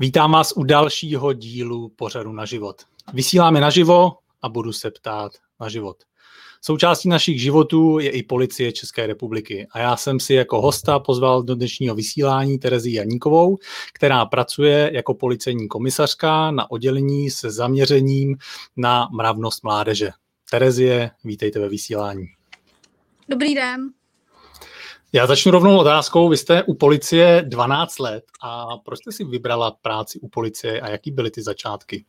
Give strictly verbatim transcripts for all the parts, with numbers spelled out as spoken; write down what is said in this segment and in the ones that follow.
Vítám vás u dalšího dílu pořadu Na život. Vysíláme naživo a budu se ptát na život. Součástí našich životů je i Policie České republiky a já jsem si jako hosta pozval do dnešního vysílání Terezii Janíkovou, která pracuje jako policejní komisařka na oddělení se zaměřením na mravnost mládeže. Terezie, vítejte ve vysílání. Dobrý den. Já začnu rovnou otázkou. Vy jste u policie dvanáct let a proč jste si vybrala práci u policie a jaký byly ty začátky?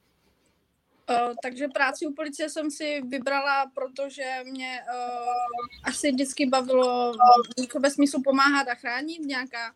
Uh, takže práci u policie jsem si vybrala, protože mě uh, asi vždycky bavilo ve smyslu pomáhat a chránit, nějaká,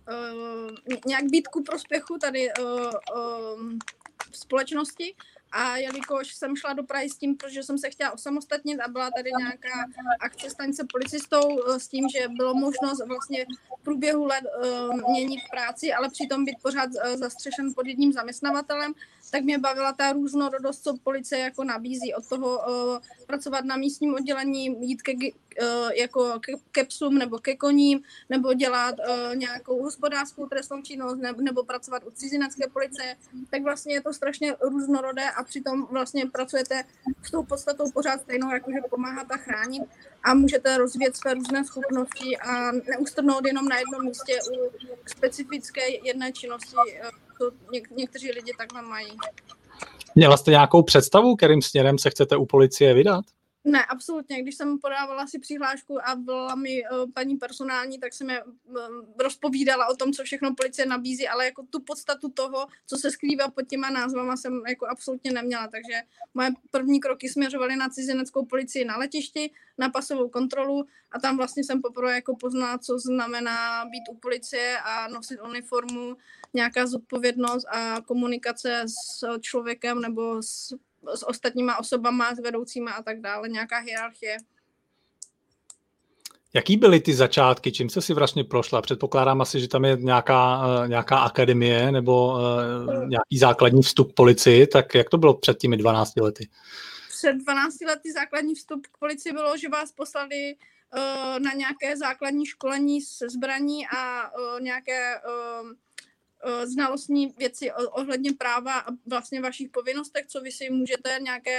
uh, nějak být ku prospěchu tady uh, uh, v společnosti. A jelikož jsem šla do Prahy s tím, protože jsem se chtěla osamostatnit a byla tady nějaká akce stanice policistou s tím, že bylo možnost vlastně v průběhu let uh, měnit práci, ale přitom být pořád uh, zastřešen pod jedním zaměstnavatelem, tak mě bavila ta různorodost, co policie jako nabízí, od toho uh, pracovat na místním oddělení, jít ke, uh, jako ke, ke psům nebo ke koním, nebo dělat uh, nějakou hospodářskou trestnou činnost, ne, nebo pracovat u cizinecké policie, tak vlastně je to strašně různorodé a přitom vlastně pracujete s tou podstatou pořád stejnou, jakože pomáhat a chránit a můžete rozvíjet své různé schopnosti a neustrnout jenom na jednom místě u specifické jedné činnosti. To něk- někteří lidi takhle mají. Měla jste nějakou představu, kterým směrem se chcete u policie vydat? Ne, absolutně. Když jsem podávala si přihlášku a byla mi uh, paní personální, tak jsem je uh, rozpovídala o tom, co všechno policie nabízí, ale jako tu podstatu toho, co se skrývá pod těma názvama, jsem jako absolutně neměla. Takže moje první kroky směřovaly na cizineckou policii na letišti, na pasovou kontrolu a tam vlastně jsem poprvé jako poznala, co znamená být u policie a nosit uniformu, nějaká zodpovědnost a komunikace s člověkem nebo s s ostatníma osobama, s vedoucíma a tak dále, nějaká hierarchie. Jaký byly ty začátky? Čím jste si vlastně prošla? Předpokládám asi, že tam je nějaká, nějaká akademie nebo uh, nějaký základní vstup k policii, tak jak to bylo před těmi dvanácti lety? Před dvanácti lety základní vstup k policii bylo, že vás poslali uh, na nějaké základní školení se zbraní a uh, nějaké uh, znalostní věci ohledně práva a vlastně vašich povinnostech, co vy si můžete, nějaké,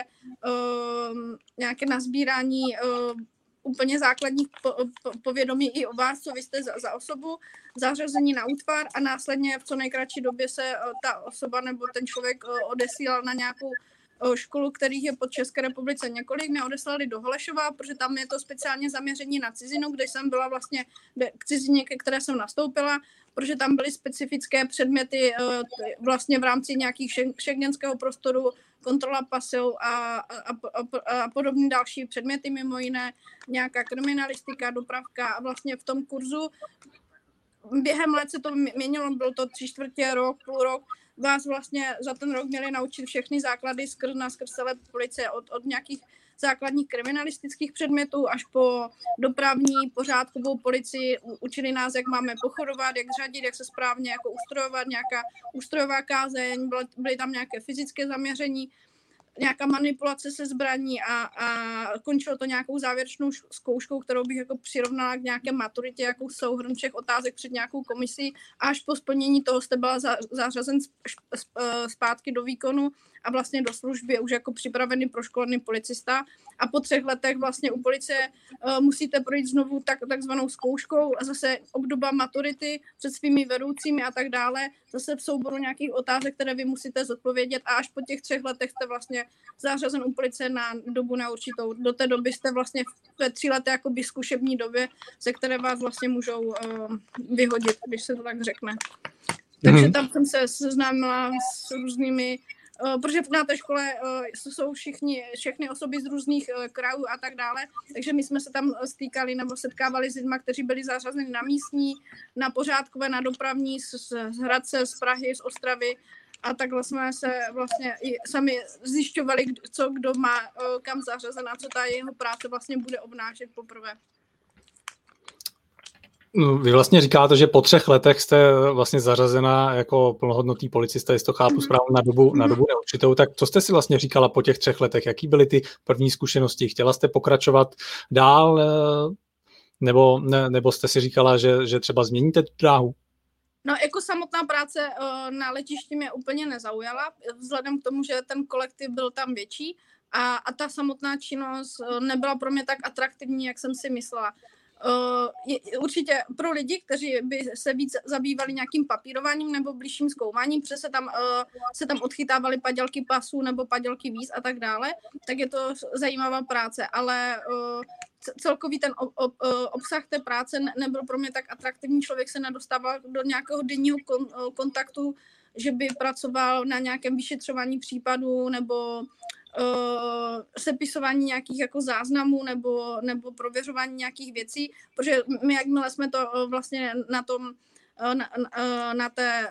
uh, nějaké nazbírání uh, úplně základních po, po, povědomí i o vás, co vy jste za, za osobu, zařazení na útvar a následně v co nejkratší době se uh, ta osoba nebo ten člověk uh, odesílal na nějakou uh, školu, kterých je po České republice několik. Mě odeslali do Holešova, protože tam je to speciálně zaměření na cizinu, kde jsem byla vlastně k cizině, ke které jsem nastoupila, protože tam byly specifické předměty vlastně v rámci nějakých schengenského prostoru, kontrola pasů a, a, a, a podobné další předměty, mimo jiné nějaká kriminalistika, dopravka a vlastně v tom kurzu během let se to měnilo, bylo to tři čtvrtě rok, půl rok, vás vlastně za ten rok měli naučit všechny základy skrz na skrz celé policie od, od nějakých základních kriminalistických předmětů až po dopravní pořádkovou policii. Učili nás, jak máme pochodovat, jak řadit, jak se správně jako ustrojovat, nějaká ústrojová kázeň, byly, byly tam nějaké fyzické zaměření, nějaká manipulace se zbraní a, a končilo to nějakou závěrečnou zkouškou, kterou bych jako přirovnala k nějaké maturitě, jako souhrn všech otázek před nějakou komisí. Až po splnění toho jste byla za, zařazen zpátky do výkonu a vlastně do služby už jako připravený proškolený policista. A po třech letech vlastně u policie uh, musíte projít znovu tak, takzvanou zkouškou a zase obdoba maturity před svými vedoucími a tak dále. Zase v souboru nějakých otázek, které vy musíte zodpovědět a až po těch třech letech jste vlastně zařazen u policie na dobu neurčitou. Do té doby jste vlastně ve tři leté jakoby zkušební době, ze které vás vlastně můžou uh, vyhodit, když se to tak řekne. Takže tam jsem se seznámila s různými Uh, protože na té škole uh, jsou všichni, všechny osoby z různých uh, krajů a tak dále, takže my jsme se tam stýkali nebo setkávali s lidmi, kteří byli zařazeni na místní, na pořádkové, na dopravní, z, z Hradce, z Prahy, z Ostravy a takhle jsme se vlastně i sami zjišťovali, co kdo má uh, kam zařazen a co ta jeho práce vlastně bude obnášet poprvé. Vy vlastně říkáte, že po třech letech jste vlastně zařazena jako plnohodnotný policista, jestli to chápu mm-hmm. správně, na dobu, na dobu neurčitou. Tak co jste si vlastně říkala po těch třech letech? Jaký byly ty první zkušenosti? Chtěla jste pokračovat dál? Nebo, ne, nebo jste si říkala, že, že třeba změníte tu dráhu? No, jako samotná práce na letišti mě úplně nezaujala, vzhledem k tomu, že ten kolektiv byl tam větší a, a ta samotná činnost nebyla pro mě tak atraktivní, jak jsem si myslela. Je, určitě pro lidi, kteří by se víc zabývali nějakým papírováním nebo blížším zkoumáním, protože se tam, se tam odchytávaly padělky pasů nebo padělky víz a tak dále, tak je to zajímavá práce, ale celkový ten obsah té práce nebyl pro mě tak atraktivní. Člověk se nedostával do nějakého denního kontaktu, že by pracoval na nějakém vyšetřování případů nebo uh, sepisování nějakých jako záznamů nebo, nebo prověřování nějakých věcí, protože my, jakmile jsme to uh, vlastně na tom Na, na, té,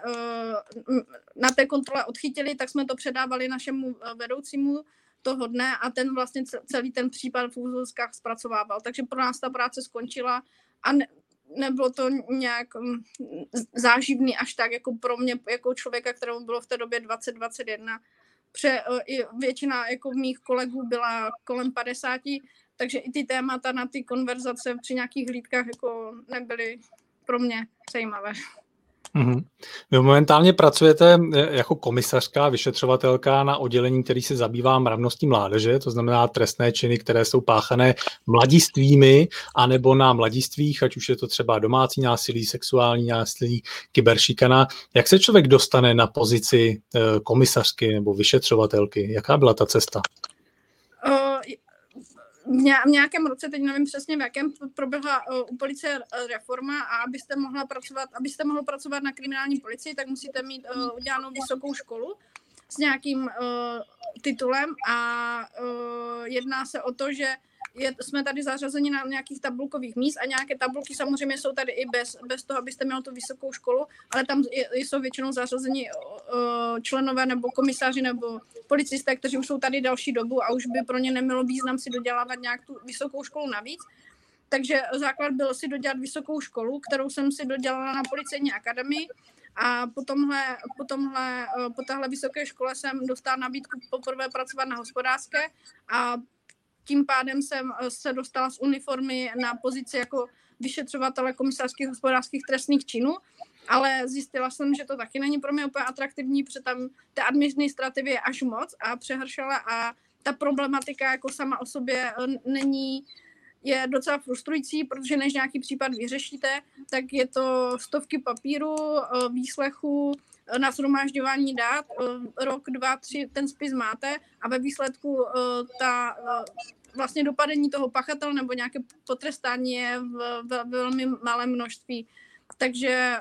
na té kontrole odchytili, tak jsme to předávali našemu vedoucímu toho dne a ten vlastně celý ten případ v úzovkách zpracovával. Takže pro nás ta práce skončila a ne, nebylo to nějak záživný až tak, jako pro mě, jako člověka, kterému bylo v té době dvacet dvacet jedna. Pře, i většina jako mých kolegů byla kolem padesáti, takže i ty témata na ty konverzace při nějakých hlídkách jako nebyly pro mě zajímavé. Mm-hmm. Vy momentálně pracujete jako komisařka, vyšetřovatelka na oddělení, který se zabývá mravností mládeže, to znamená trestné činy, které jsou páchané mladistvými, anebo na mladistvích, ať už je to třeba domácí násilí, sexuální násilí, kyberšikana. Jak se člověk dostane na pozici komisařky nebo vyšetřovatelky? Jaká byla ta cesta? Uh, v nějakém roce, teď nevím přesně v jakém, proběhla u policie reforma a abyste mohla pracovat, abyste mohla pracovat na kriminální policii, tak musíte mít uh, udělanou vysokou školu s nějakým uh, titulem a uh, jedná se o to, že je, jsme tady zařazeni na nějakých tabulkových míst a nějaké tabulky samozřejmě jsou tady i bez, bez toho, abyste měli tu vysokou školu, ale tam je, jsou většinou zařazeni uh, členové nebo komisaři nebo policisté, kteří už jsou tady další dobu a už by pro ně nemělo význam si dodělávat nějak tu vysokou školu navíc. Takže základ byl si dodělat vysokou školu, kterou jsem si dodělala na policejní akademii a po tomhle, po tomhle, po téhle vysoké škole jsem dostala nabídku poprvé pracovat na hospodářské a tím pádem jsem se dostala z uniformy na pozici jako vyšetřovatele komisařských hospodářských trestných činů, ale zjistila jsem, že to taky není pro mě úplně atraktivní, protože tam té administrativy je až moc a přehršela a ta problematika jako sama o sobě není, je docela frustrující, protože než nějaký případ vyřešíte, tak je to stovky papíru, výslechů, na shromažďování dát, rok, dva, tři ten spis máte a ve výsledku ta vlastně dopadení toho pachatele nebo nějaké potrestání je v, v velmi malém množství. Takže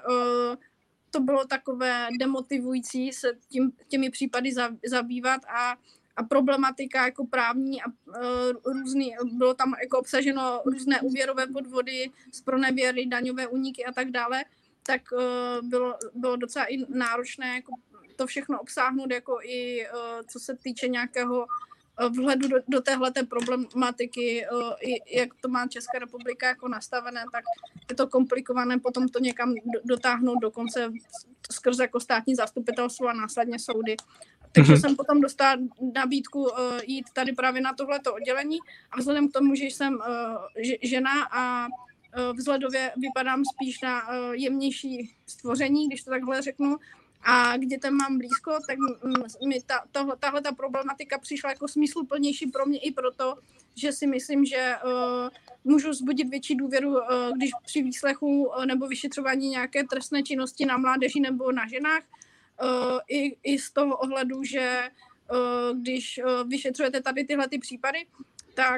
to bylo takové demotivující se tím, těmi případy zabývat a, a problematika jako právní a různý, bylo tam jako obsaženo různé úvěrové podvody, zpronevěry, daňové úniky a tak dále, tak bylo, bylo docela i náročné jako to všechno obsáhnout, jako i co se týče nějakého vhledu do, do téhleté problematiky, i jak to má Česká republika jako nastavené, tak je to komplikované potom to někam dotáhnout dokonce skrze jako státní zastupitelstvo a následně soudy. Takže mm-hmm. jsem potom dostala nabídku uh, jít tady právě na tohleto oddělení a vzhledem k tomu, že jsem uh, žena a uh, vzhledově vypadám spíš na uh, jemnější stvoření, když to takhle řeknu, a k dětem mám blízko, tak mi ta, tohle, tahle ta problematika přišla jako smysluplnější pro mě i proto, že si myslím, že uh, můžu vzbudit větší důvěru, uh, když při výslechu uh, nebo vyšetřování nějaké trestné činnosti na mládeži nebo na ženách, uh, i, i z toho ohledu, že uh, když uh, vyšetřujete tady tyhle ty případy, tak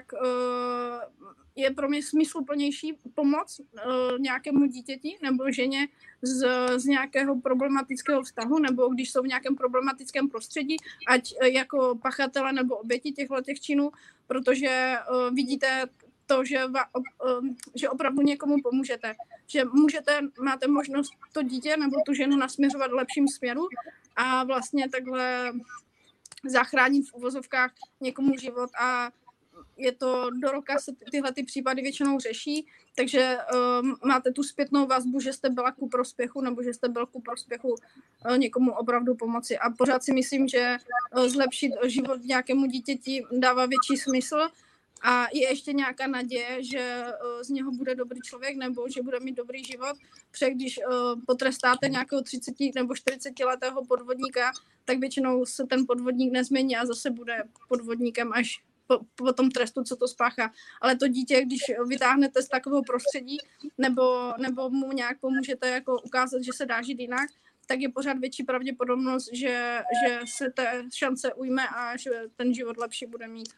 uh, je pro mě smysluplnější pomoc uh, nějakému dítěti nebo ženě z, z nějakého problematického vztahu, nebo když jsou v nějakém problematickém prostředí, ať uh, jako pachatele nebo oběti těchto těch činů, protože uh, vidíte to, že, va, uh, že opravdu někomu pomůžete. Že můžete, máte možnost to dítě nebo tu ženu nasměřovat v lepším směru a vlastně takhle zachránit v uvozovkách někomu život a je to do roka se tyhle ty případy většinou řeší, takže um, máte tu zpětnou vazbu, že jste byla ku prospěchu nebo že jste byl ku prospěchu uh, někomu opravdu pomoci. A pořád si myslím, že uh, zlepšit život nějakému dítěti dává větší smysl a je ještě nějaká naděje, že z něho bude dobrý člověk nebo že bude mít dobrý život, protože když potrestáte nějakého třicet nebo čtyřicet letého podvodníka, tak většinou se ten podvodník nezmění a zase bude podvodníkem až po, po tom trestu, co to spáchá. Ale to dítě, když vytáhnete z takového prostředí nebo, nebo mu nějak pomůžete jako ukázat, že se dá žít jinak, tak je pořád větší pravděpodobnost, že, že se té šance ujme a že ten život lepší bude mít.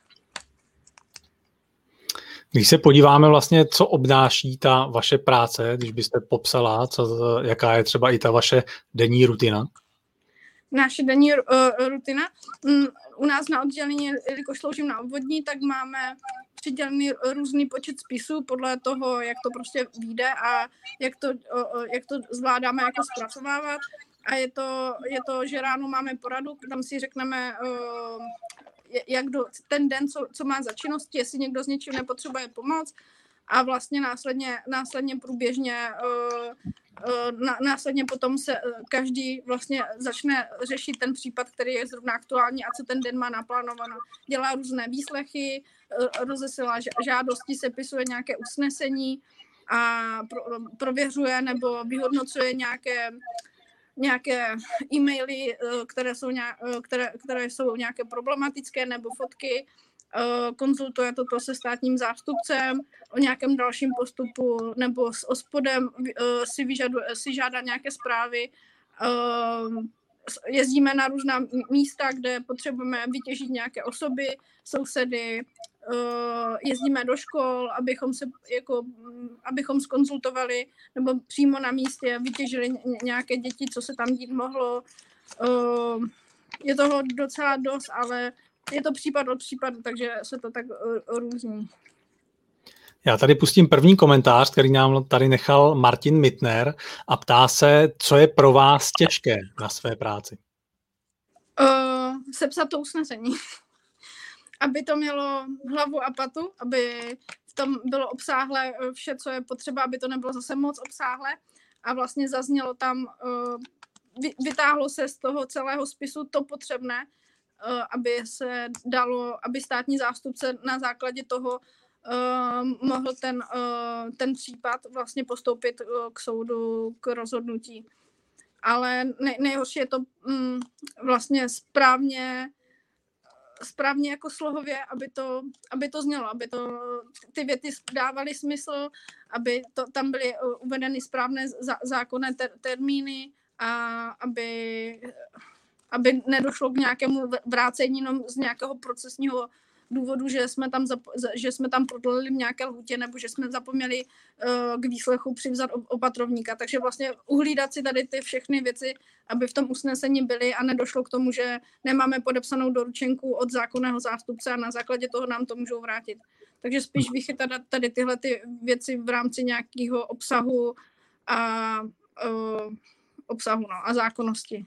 Když se podíváme vlastně, co obnáší ta vaše práce, když byste popsala, co, jaká je třeba i ta vaše denní rutina? Naše denní uh, rutina? Um, u nás na oddělení, jelikož sloužím na obvodní, tak máme přidělený různý počet spisů podle toho, jak to prostě vyjde a jak to, uh, jak to zvládáme jako zpracovávat. A je to, je to, že ráno máme poradu, tam si řekneme, uh, jak do, ten den, co, co má za činnosti, jestli někdo s něčím nepotřebuje pomoc a vlastně následně, následně průběžně uh, uh, na, následně potom se uh, každý vlastně začne řešit ten případ, který je zrovna aktuální a co ten den má naplánováno. Dělá různé výslechy, uh, rozesílá žádosti, sepisuje nějaké usnesení a pro, prověřuje nebo vyhodnocuje nějaké nějaké e-maily, které jsou, nějak, které, které jsou nějaké problematické nebo fotky, konzultuje toto se státním zástupcem o nějakém dalším postupu nebo s ospodem si, vyžaduje, si žádá nějaké zprávy. Jezdíme na různá místa, kde potřebujeme vytěžit nějaké osoby, sousedy, jezdíme do škol, abychom se jako, abychom zkonzultovali nebo přímo na místě vytěžili nějaké děti, co se tam dít mohlo. Je toho docela dost, ale je to případ od případu, takže se to tak různí. Já tady pustím první komentář, který nám tady nechal Martin Mittner a ptá se, co je pro vás těžké na své práci. Uh, sepsat to usnesení. Aby to mělo hlavu a patu, aby v tom bylo obsáhlé vše, co je potřeba, aby to nebylo zase moc obsáhlé a vlastně zaznělo tam, vytáhlo se z toho celého spisu to potřebné, aby se dalo, aby státní zástupce na základě toho mohl ten, ten případ vlastně postoupit k soudu k rozhodnutí. Ale nej, nejhorší je to mm, vlastně správně správně jako slohově, aby to, aby to znělo, aby to, ty věty dávaly smysl, aby to, tam byly uvedeny správné zá, zákonné ter, termíny a aby, aby nedošlo k nějakému vrácení jenom z nějakého procesního důvodu, že jsme tam, zap, že jsme tam prodleli v nějaké lhůtě nebo že jsme zapomněli uh, k výslechu přivzat opatrovníka. Takže vlastně uhlídat si tady ty všechny věci, aby v tom usnesení byly a nedošlo k tomu, že nemáme podepsanou doručenku od zákonného zástupce a na základě toho nám to můžou vrátit. Takže spíš vychytat tady tyhle ty věci v rámci nějakého obsahu a uh, obsahu no, a zákonnosti.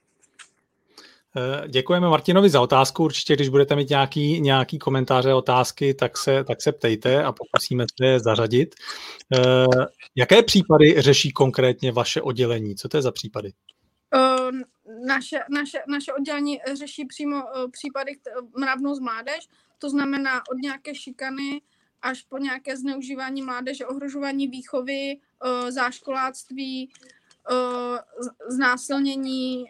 Děkujeme Martinovi za otázku. Určitě, když budete mít nějaký, nějaký komentáře, otázky, tak se, tak se ptejte a pokusíme se je zařadit. Jaké případy řeší konkrétně vaše oddělení? Co to je za případy? Naše, naše, naše oddělení řeší přímo případy mravnou z mládež, to znamená od nějaké šikany až po nějaké zneužívání mládeže, ohrožování výchovy, záškoláctví, znásilnění.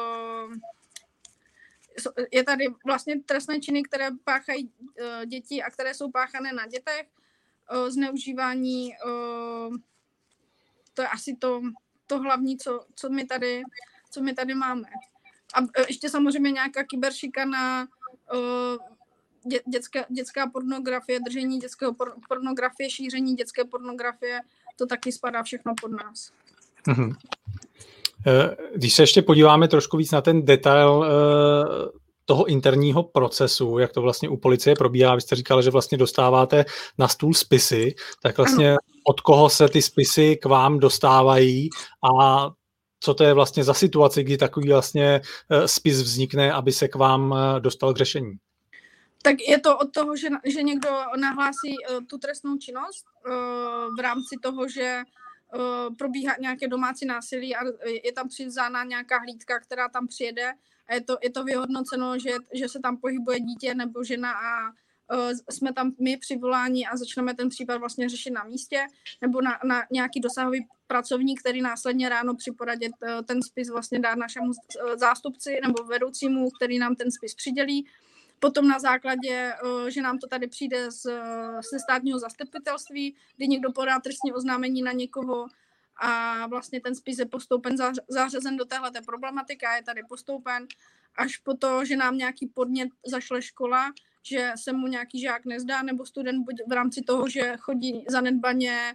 Je tady vlastně trestné činy, které páchají děti a které jsou páchané na dětech, zneužívání, to je asi to, to hlavní, co, co, my tady, co my tady máme. A ještě samozřejmě nějaká kyberšikana, dě, dětské, dětská pornografie, držení dětského por, pornografie, šíření dětské pornografie, to taky spadá všechno pod nás. Mm-hmm. Když se ještě podíváme trošku víc na ten detail toho interního procesu, jak to vlastně u policie probíhá, vy jste říkala, že vlastně dostáváte na stůl spisy, tak vlastně ano. Od koho se ty spisy k vám dostávají a co to je vlastně za situaci, kdy takový vlastně spis vznikne, aby se k vám dostal k řešení? Tak je to od toho, že, že někdo nahlásí tu trestnou činnost v rámci toho, že probíhá nějaké domácí násilí a je tam přivzána nějaká hlídka, která tam přijede a je to, je to vyhodnoceno, že, že se tam pohybuje dítě nebo žena a jsme tam my přivoláni a začneme ten případ vlastně řešit na místě, nebo na, na nějaký dosahový pracovník, který následně ráno při poradě ten spis vlastně dá našemu zástupci nebo vedoucímu, který nám ten spis přidělí. Potom na základě, že nám to tady přijde z, ze státního zastupitelství, kdy někdo podá trestní oznámení na někoho a vlastně ten spis je postoupen, zařazen do téhleté problematiky a je tady postoupen, až po to, že nám nějaký podnět zašle škola, že se mu nějaký žák nezdá, nebo student buď v rámci toho, že chodí zanedbaně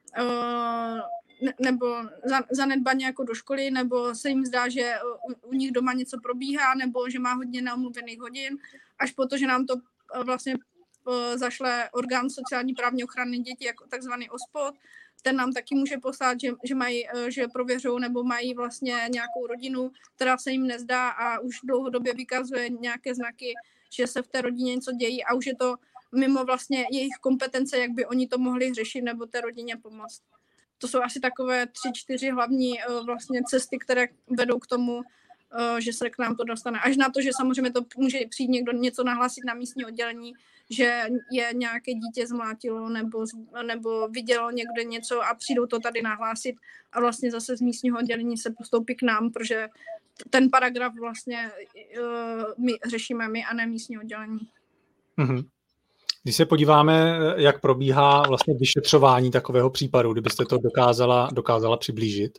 nebo zanedbaně jako do školy, nebo se jim zdá, že u, u nich doma něco probíhá, nebo že má hodně neomluvených hodin, až po to, že nám to vlastně zašle orgán sociální právní ochrany dětí, jako takzvaný OSPOD. Ten nám taky může poslat, že, že, mají, že prověřují nebo mají vlastně nějakou rodinu, která se jim nezdá a už dlouhodobě vykazuje nějaké znaky, že se v té rodině něco dějí a už je to mimo vlastně jejich kompetence, jak by oni to mohli řešit nebo té rodině pomoct. To jsou asi takové tři, čtyři hlavní vlastně cesty, které vedou k tomu, že se k nám to dostane. Až na to, že samozřejmě to může přijít někdo něco nahlásit na místní oddělení, že je nějaké dítě zmlátilo nebo, nebo vidělo někde něco a přijdou to tady nahlásit a vlastně zase z místního oddělení se postoupí k nám, protože ten paragraf vlastně my řešíme my a ne místní oddělení. Mm-hmm. Když se podíváme, jak probíhá vlastně vyšetřování takového případu, kdybyste to dokázala, dokázala přiblížit?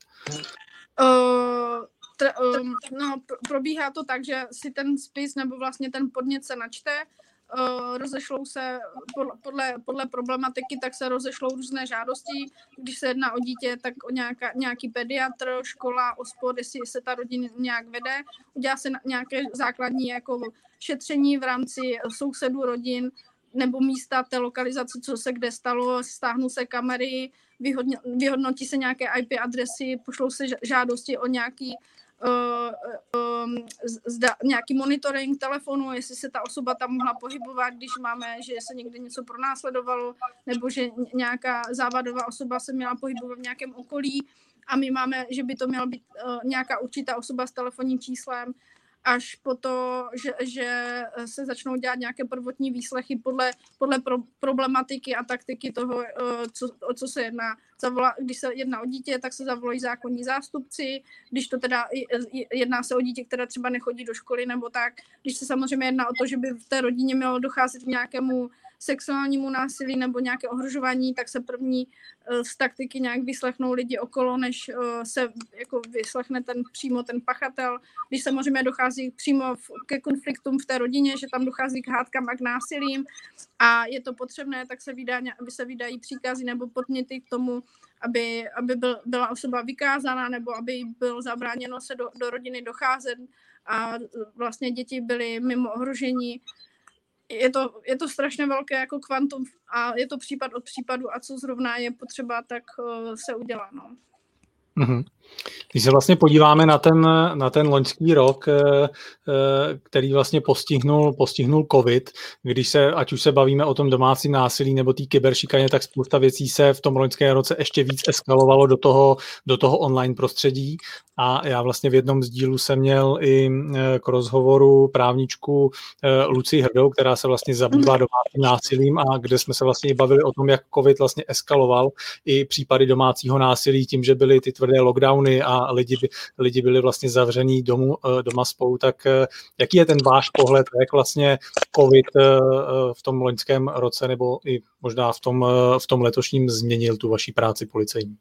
Uh, tr, um, no, probíhá to tak, že si ten spis nebo vlastně ten podnět se načte, uh, rozešlou se podle, podle, podle problematiky, tak se rozešlou různé žádosti. Když se jedná o dítě, tak o nějaká, nějaký pediatr, škola, OSPOD, jestli se ta rodina nějak vede. Udělá se nějaké základní jako šetření v rámci sousedů, rodin, nebo místa té lokalizace, co se kde stalo, stáhnou se kamery, vyhodno, vyhodnotí se nějaké í pé adresy, pošlou se žádosti o nějaký, uh, um, zda, nějaký monitoring telefonu, jestli se ta osoba tam mohla pohybovat, když máme, že se někde něco pronásledovalo, nebo že nějaká závadová osoba se měla pohybovat v nějakém okolí a my máme, že by to měla být uh, nějaká určitá osoba s telefonním číslem, až po to, že, že se začnou dělat nějaké prvotní výslechy podle, podle pro, problematiky a taktiky toho, co, o co se jedná. Zavolá, když se jedná o dítě, tak se zavolají zákonní zástupci, když to teda jedná se o dítě, které třeba nechodí do školy nebo tak. Když se samozřejmě jedná o to, že by v té rodině mělo docházet k nějakému sexuálnímu násilí nebo nějaké ohrožování, tak se první z taktiky nějak vyslechnou lidi okolo, než se jako vyslechne ten, přímo ten pachatel. Když samozřejmě dochází přímo v, ke konfliktům v té rodině, že tam dochází k hádkám a k násilím a je to potřebné, tak se, vydá, aby se vydají příkazy nebo podněty k tomu, aby, aby byl, byla osoba vykázána nebo aby bylo zabráněno se do, do rodiny docházet a vlastně děti byly mimo ohrožení. Je to, je to strašně velké jako kvantum a je to případ od případu a co zrovna je potřeba, tak uh, se udělá. No. Mm-hmm. Když se vlastně podíváme na ten, na ten loňský rok, který vlastně postihnul, postihnul covid, když se, ať už se bavíme o tom domácím násilí nebo té kyberšikaně, tak spousta věcí se v tom loňském roce ještě víc eskalovalo do toho, do toho online prostředí. A já vlastně v jednom z dílů jsem měl i k rozhovoru právničku Lucii Hrdou, která se vlastně zabývá domácím násilím a kde jsme se vlastně bavili o tom, jak covid vlastně eskaloval i případy domácího násilí tím, že byly ty tvrdé lockdowny a lidi, by, lidi byli vlastně zavření domů, doma spolu, tak jaký je ten váš pohled, jak vlastně covid v tom loňském roce nebo i možná v tom, v tom letošním změnil tu vaši práci policejní?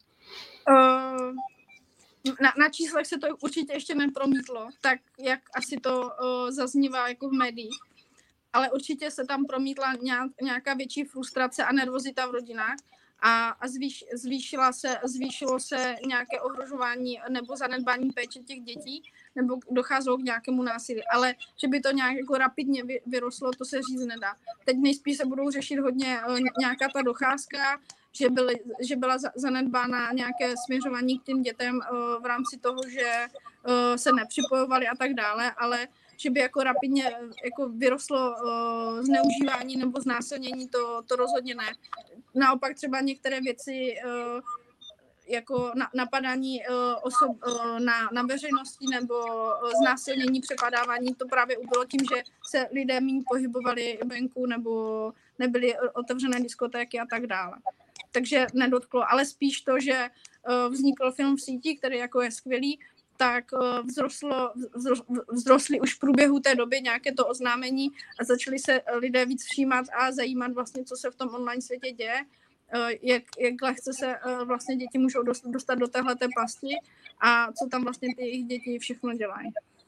Uh, na, na číslech se to určitě ještě nepromítlo, tak jak asi to uh, zaznívá jako v médiích, ale určitě se tam promítla nějaká větší frustrace a nervozita v rodinách. A, a zvýš, zvýšila se, zvýšilo se nějaké ohrožování nebo zanedbání péče těch dětí, nebo docházelo k nějakému násilí. Ale že by to nějak jako rapidně vy, vyrostlo, to se říct nedá. Teď nejspíš se budou řešit hodně nějaká ta docházka, že, byly, že byla zanedbána nějaké směřování k těm dětem v rámci toho, že se nepřipojovali a tak dále, ale že by jako rapidně jako vyrostlo uh, zneužívání nebo znásilnění, to, to rozhodně ne. Naopak třeba některé věci, uh, jako na, napadání uh, osob uh, na, na veřejnosti nebo uh, znásilnění, přepadávání, to právě ubylo tím, že se lidé méně pohybovali venku nebo nebyly otevřené diskotéky a tak dále. Takže nedotklo, ale spíš to, že uh, vznikl film v síti, který jako je skvělý, tak vzrostlo, vzrostly už v průběhu té doby nějaké to oznámení a začali se lidé víc všímat a zajímat vlastně, co se v tom online světě děje, jak, jak lehce se vlastně děti můžou dostat do téhleté pasti a co tam vlastně ty jejich děti všechno dělají.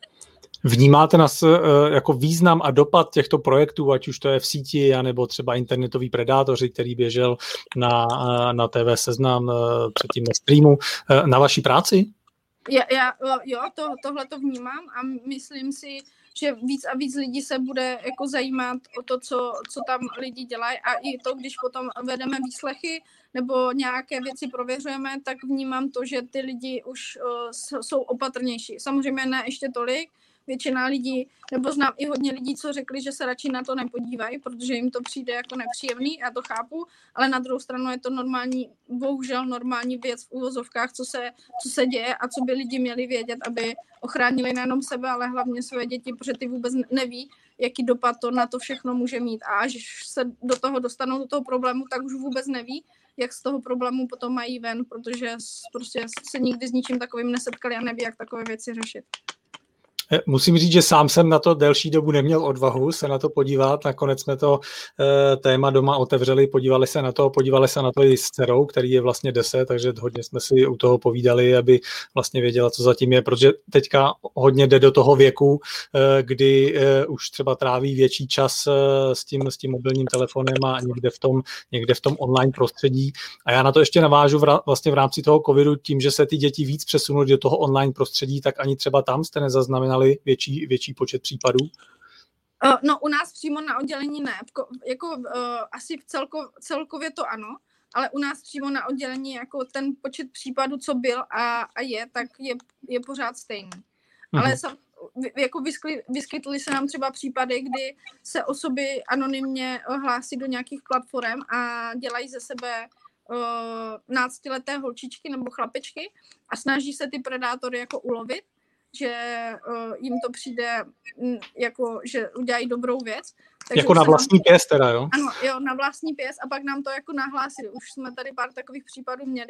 Vnímáte nás jako význam a dopad těchto projektů, ať už to je v síti, anebo třeba internetový predátoři, který běžel na, na T V Seznam předtím na streamu, na vaší práci? Já, já, jo, to, tohle to vnímám a myslím si, že víc a víc lidí se bude jako zajímat o to, co, co tam lidi dělají a i to, když potom vedeme výslechy nebo nějaké věci prověřujeme, tak vnímám to, že ty lidi už uh, jsou opatrnější. Samozřejmě ne ještě tolik, většina lidí, nebo znám i hodně lidí, co řekli, že se radši na to nepodívají, protože jim to přijde jako nepříjemný, já to chápu, ale na druhou stranu je to normální, bohužel normální věc v uvozovkách, co se, co se děje a co by lidi měli vědět, aby ochránili nejenom sebe, ale hlavně své děti, protože ty vůbec neví, jaký dopad to na to všechno může mít. A až se do toho dostanou, do toho problému, tak už vůbec neví, jak z toho problému potom mají ven, protože prostě se nikdy s ničím takovým nesetkali a neví, jak takové věci řešit. Musím říct, že sám jsem na to delší dobu neměl odvahu se na to podívat. Nakonec jsme to e, téma doma otevřeli, podívali se na to, podívali se na to i s dcerou, který je vlastně deset, takže hodně jsme si u toho povídali, aby vlastně věděla, co zatím je, protože teďka hodně jde do toho věku, e, kdy e, už třeba tráví větší čas e, s tím, s tím mobilním telefonem a někde v tom, někde v tom online prostředí. A já na to ještě navážu v, vlastně v rámci toho covidu tím, že se ty děti víc přesunuly do toho online prostředí, tak ani třeba tam jste nezaznamenali Větší, větší počet případů? No u nás přímo na oddělení ne. Jako, uh, asi v celko, celkově to ano, ale u nás přímo na oddělení jako ten počet případů, co byl a, a je, tak je, je pořád stejný. Uh-huh. Ale sam, jako vyskytly, vyskytly se nám třeba případy, kdy se osoby anonymně hlásí do nějakých platform a dělají ze sebe uh, náctileté holčičky nebo chlapečky a snaží se ty predátory jako ulovit, že uh, jim to přijde m, jako, že udělají dobrou věc. Takže jako na vlastní pěst teda, jo? Ano, jo, na vlastní pěst a pak nám to jako nahlásili. Už jsme tady pár takových případů měli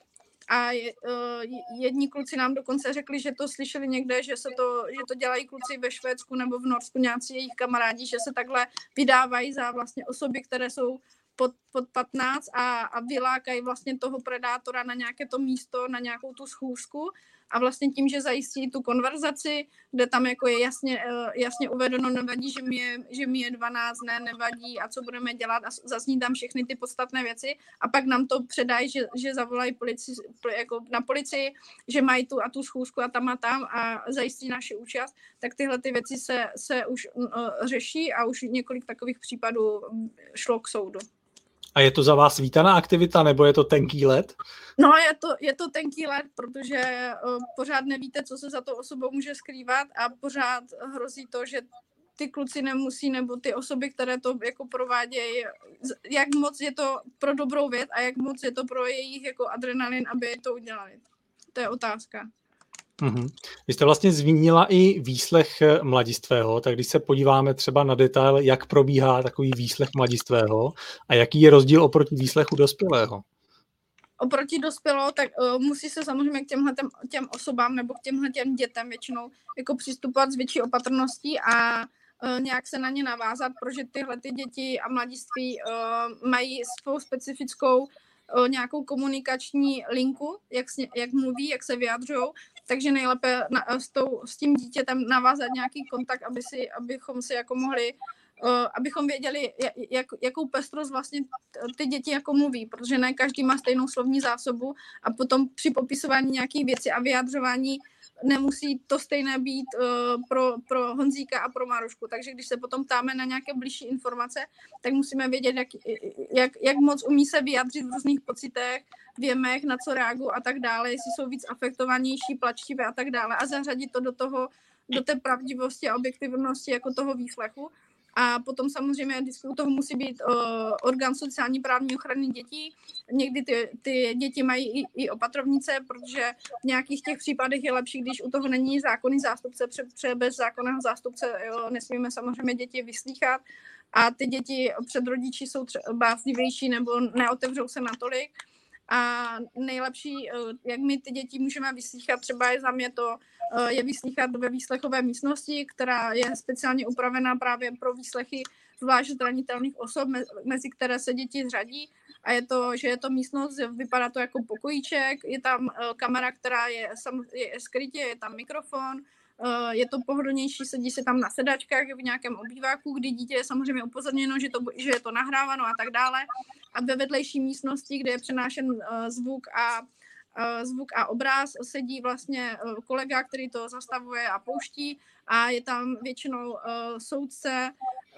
a je, uh, jedni kluci nám dokonce řekli, že to slyšeli někde, že, se to, že to dělají kluci ve Švédsku nebo v Norsku, nějací jejich kamarádi, že se takhle vydávají za vlastně osoby, které jsou pod, pod patnáct a, a vylákají vlastně toho predátora na nějaké to místo, na nějakou tu schůzku a vlastně tím, že zajistí tu konverzaci, kde tam jako je jasně, jasně uvedeno, nevadí, že mi, je, že mi je dvanáct, ne, nevadí a co budeme dělat a zazní tam všechny ty podstatné věci a pak nám to předají, že, že zavolají polici, jako na policii, že mají tu a tu schůzku a tam a tam a zajistí naši účast, tak tyhle ty věci se, se už uh, řeší a už několik takových případů šlo k soudu. A je to za vás vítaná aktivita, nebo je to tenký led? No, je to, je to tenký led, protože uh, pořád nevíte, co se za tou osobou může skrývat a pořád hrozí to, že ty kluci nemusí, nebo ty osoby, které to jako provádějí, jak moc je to pro dobrou věc a jak moc je to pro jejich jako adrenalin, aby to udělali. To je otázka. Uhum. Vy jste vlastně zmínila i výslech mladistvého, tak když se podíváme třeba na detail, jak probíhá takový výslech mladistvého a jaký je rozdíl oproti výslechu dospělého? Oproti dospělého, tak uh, musí se samozřejmě k těmhle těm osobám nebo k těmhle těm dětem většinou jako přistupovat s větší opatrností a uh, nějak se na ně navázat, protože tyhle ty děti a mladiství uh, mají svou specifickou uh, nějakou komunikační linku, jak, jak mluví, jak se vyjadřují, takže nejlépe na, s, tou, s tím dítětem navázat nějaký kontakt, aby si, abychom si jako mohli, uh, abychom věděli, jak, jakou pestrost vlastně ty děti jako mluví, protože ne každý má stejnou slovní zásobu a potom při popisování nějakých věcí a vyjadřování nemusí to stejné být uh, pro, pro Honzíka a pro Marušku. Takže když se potom ptáme na nějaké blížší informace, tak musíme vědět, jak, jak, jak moc umí se vyjádřit v různých pocitech, věmech, na co reagují a tak dále, jestli jsou víc afektovanější, plačtivé a tak dále a zařadit to do toho, do té pravdivosti a objektivnosti jako toho výslechu. A potom samozřejmě vždycky u toho musí být uh, orgán sociální právní ochrany dětí. Někdy ty, ty děti mají i, i opatrovnice, protože v nějakých těch případech je lepší, když u toho není zákonný zástupce, protože bez zákonného zástupce jo, nesmíme samozřejmě děti vyslýchat. A ty děti před rodiči jsou třeba bázlivější nebo neotevřou se natolik. A nejlepší, jak my ty děti můžeme vyslýchat, třeba je za mě to, je vyslýchat ve výslechové místnosti, která je speciálně upravená právě pro výslechy zvlášť zranitelných osob, mezi které se děti řadí. A je to, že je to místnost, vypadá to jako pokojíček, je tam kamera, která je, je skrytě, je tam mikrofon, je to pohodlnější, sedí se tam na sedačkách v nějakém obýváku, kdy dítě je samozřejmě upozorněno, že, to, že je to nahráváno a tak dále. A ve vedlejší místnosti, kde je přenášen zvuk a, zvuk a obraz, sedí vlastně kolega, který to zastavuje a pouští a je tam většinou soudce,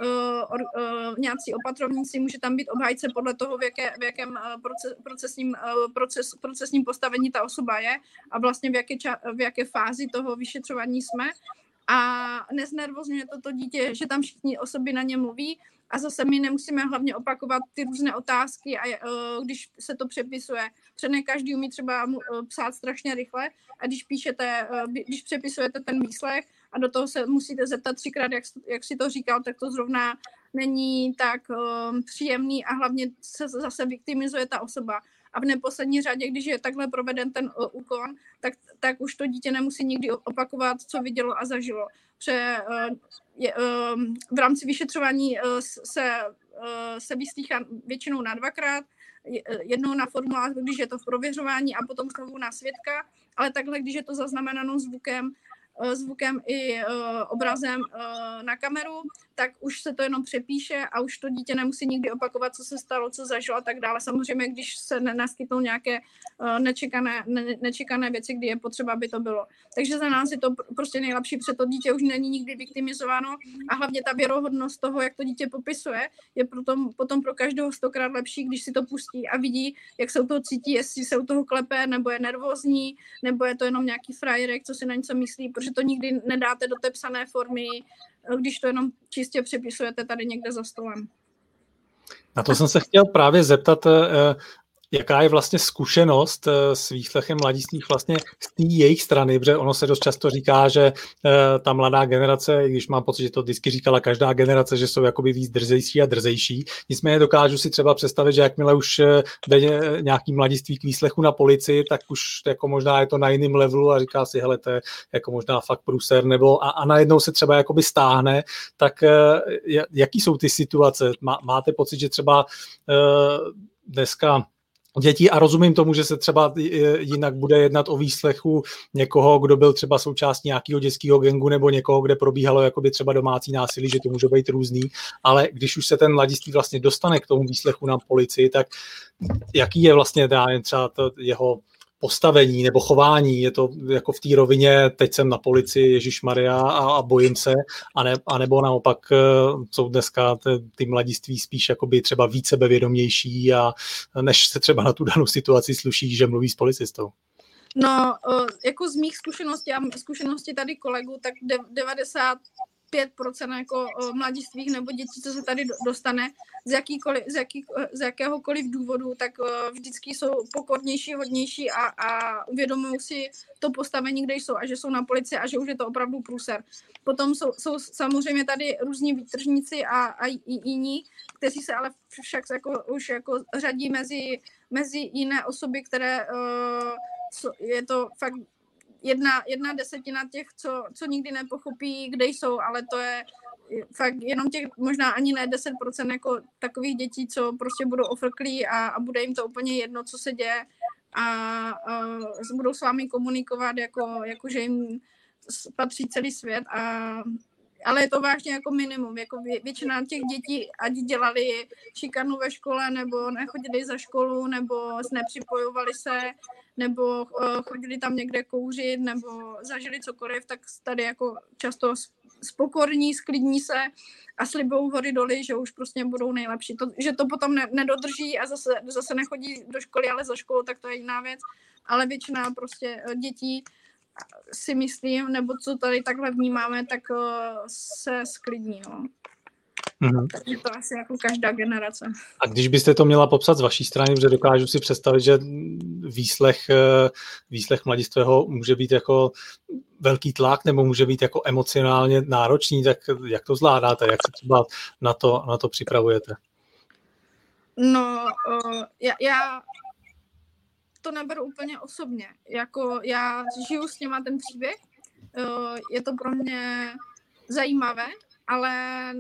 nějací opatrovníci, může tam být obhájce podle toho, v, jaké, v jakém proces, procesním, proces, procesním postavení ta osoba je a vlastně v jaké, v jaké fázi toho vyšetřování jsme. A neznervozňuje to to dítě, že tam všichni osoby na ně mluví a zase my nemusíme hlavně opakovat ty různé otázky, a když se to přepisuje. Protože ne každý umí třeba psát strašně rychle a když píšete, když přepisujete ten výslech a do toho se musíte zeptat třikrát, jak, jak si to říkal, tak to zrovna není tak um, příjemný a hlavně se zase viktimizuje ta osoba. A v neposlední řadě, když je takhle proveden ten uh, úkon, tak, tak už to dítě nemusí nikdy opakovat, co vidělo a zažilo. Pře, uh, je, uh, v rámci vyšetřování uh, se, uh, se vyslýchá většinou na dvakrát, jednou na formulář, když je to v prověřování a potom znovu na svědka, ale takhle, když je to zaznamenáno zvukem, zvukem i uh, obrazem uh, na kameru, tak už se to jenom přepíše a už to dítě nemusí nikdy opakovat, co se stalo, co zažilo a tak dále. Samozřejmě, když se naskytnou nějaké uh, nečekané, ne, nečekané věci, kdy je potřeba, aby to bylo. Takže za nás je to prostě nejlepší, protože to dítě už není nikdy viktimizováno a hlavně ta věrohodnost toho, jak to dítě popisuje, je potom, potom pro každého stokrát lepší, když si to pustí a vidí, jak se u toho cítí, jestli se u toho klepe, nebo je nervózní, nebo je to jenom nějaký frajerek, co si na něco myslí, protože to nikdy nedáte do té psané formy, když to jenom čistě přepisujete tady někde za stolem. Na to jsem se chtěl právě zeptat, jaká je vlastně zkušenost s výslechem mladistvých vlastně z té jejich strany, protože ono se dost často říká, že ta mladá generace, i když mám pocit, že to vždycky říkala každá generace, že jsou jakoby víc drzejší a drzejší. Nicméně dokážu si třeba představit, že jakmile už jde nějaký mladiství k výslechu na policii, tak už jako možná je to na jiném levelu a říká si, hele, to je jako možná fakt průser, nebo a, a najednou se třeba jakoby stáhne, tak jaký jsou ty situace? Má, máte pocit, že třeba dneska dětí a rozumím tomu, že se třeba jinak bude jednat o výslechu někoho, kdo byl třeba součástí nějakého dětského gangu nebo někoho, kde probíhalo jakoby třeba domácí násilí, že to může být různý, ale když už se ten mladistvý vlastně dostane k tomu výslechu na policii, tak jaký je vlastně třeba to jeho postavení nebo chování, je to jako v té rovině, teď jsem na policii, ježišmarja a, a bojím se, a, ne, a nebo naopak jsou dneska ty, ty mladiství spíš jakoby třeba víc sebevědomější a než se třeba na tu danou situaci sluší, že mluví s policistou. No, jako z mých zkušeností a zkušeností tady kolegů, tak devadesát pět procent jako mladistvých nebo dětí, co se tady dostane, z, jakýkoliv, z, jaký, z jakéhokoliv důvodu, tak vždycky jsou pokornější, hodnější a, a uvědomují si to postavení, kde jsou a že jsou na policii a že už je to opravdu průser. Potom jsou, jsou samozřejmě tady různí výtržníci a, a jiní, kteří se ale však jako, už jako řadí mezi, mezi jiné osoby, které uh, je to fakt Jedna, jedna desetina těch, co, co nikdy nepochopí, kde jsou, ale to je fakt jenom těch, možná ani ne deset procent jako takových dětí, co prostě budou ofrklí a, a bude jim to úplně jedno, co se děje a, a budou s vámi komunikovat, jako, jako že jim patří celý svět. A, ale je to vážně jako minimum. Jako vě, většina těch dětí ať dělali šikanu ve škole, nebo nechodili za školu, nebo nepřipojovali se, nebo chodili tam někde kouřit, nebo zažili cokoliv, tak tady jako často spokorní, sklidní se a slibou hory doly, že už prostě budou nejlepší. To, že to potom ne, nedodrží a zase, zase nechodí do školy, ale za školu, tak to je jiná věc. Ale většina prostě dětí si myslím, nebo co tady takhle vnímáme, tak se sklidní. No. Mm-hmm. Takže to asi jako každá generace. A když byste to měla popsat z vaší strany, protože dokážu si představit, že výslech, výslech mladistvého může být jako velký tlak nebo může být jako emocionálně náročný, tak jak to zvládáte, jak se třeba na to, na to připravujete? No, uh, já, já to neberu úplně osobně. Jako já žiju s něma ten příběh, uh, je to pro mě zajímavé, ale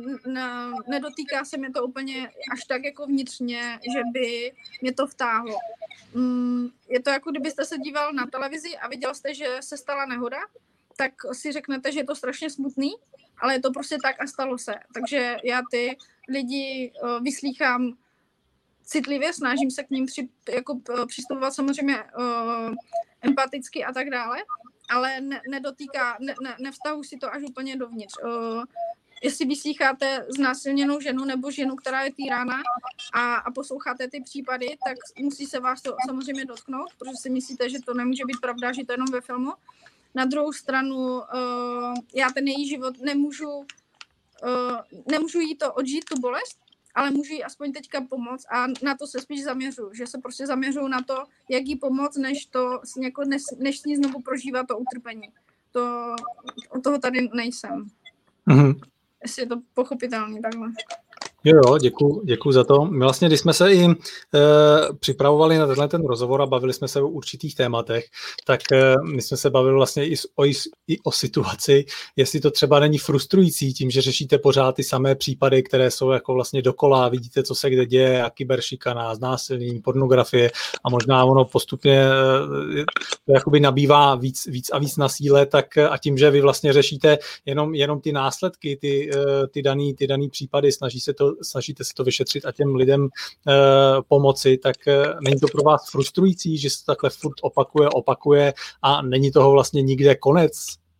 n- nedotýká se mě to úplně až tak jako vnitřně, že by mě to vtáhlo. Mm, je to jako kdybyste se díval na televizi a viděl jste, že se stala nehoda, tak si řeknete, že je to strašně smutný, ale je to prostě tak a stalo se. Takže já ty lidi uh, vyslýchám citlivě, snažím se k ním při, jako, přistupovat samozřejmě uh, empaticky a tak dále, ale ne, nedotýká, ne, ne, nevztahuji si to až úplně dovnitř. Uh, jestli vyslýcháte znásilněnou ženu nebo ženu, která je týrána a, a posloucháte ty případy, tak musí se vás to samozřejmě dotknout, protože si myslíte, že to nemůže být pravda, že to je jenom ve filmu. Na druhou stranu, uh, já ten její život nemůžu, uh, nemůžu jí to odžít, tu bolest, ale můžu jí aspoň teďka pomoct a na to se spíš zaměřuju, že se prostě zaměřuju na to, jak jí pomoct, než, to, než, než s ní znovu prožívá to utrpení. To, od toho tady nejsem. Mm-hmm. Jestli je to pochopitelný takhle. Jo, jo, děkuji, děkuji za to. My vlastně, když jsme se i e, připravovali na tenhle ten rozhovor a bavili jsme se o určitých tématech, tak e, my jsme se bavili vlastně i o, i o situaci, jestli to třeba není frustrující tím, že řešíte pořád ty samé případy, které jsou jako vlastně dokola, vidíte, co se kde děje, a kyberšikana, znásilnění, pornografie a možná ono postupně e, to jakoby nabývá víc, víc a víc na síle, tak a tím, že vy vlastně řešíte jenom, jenom ty následky, ty, e, ty daný, ty daný případy, snaží se to snažíte se to vyšetřit a těm lidem e, pomoci, tak e, není to pro vás frustrující, že se to takhle furt opakuje, opakuje a není toho vlastně nikde konec?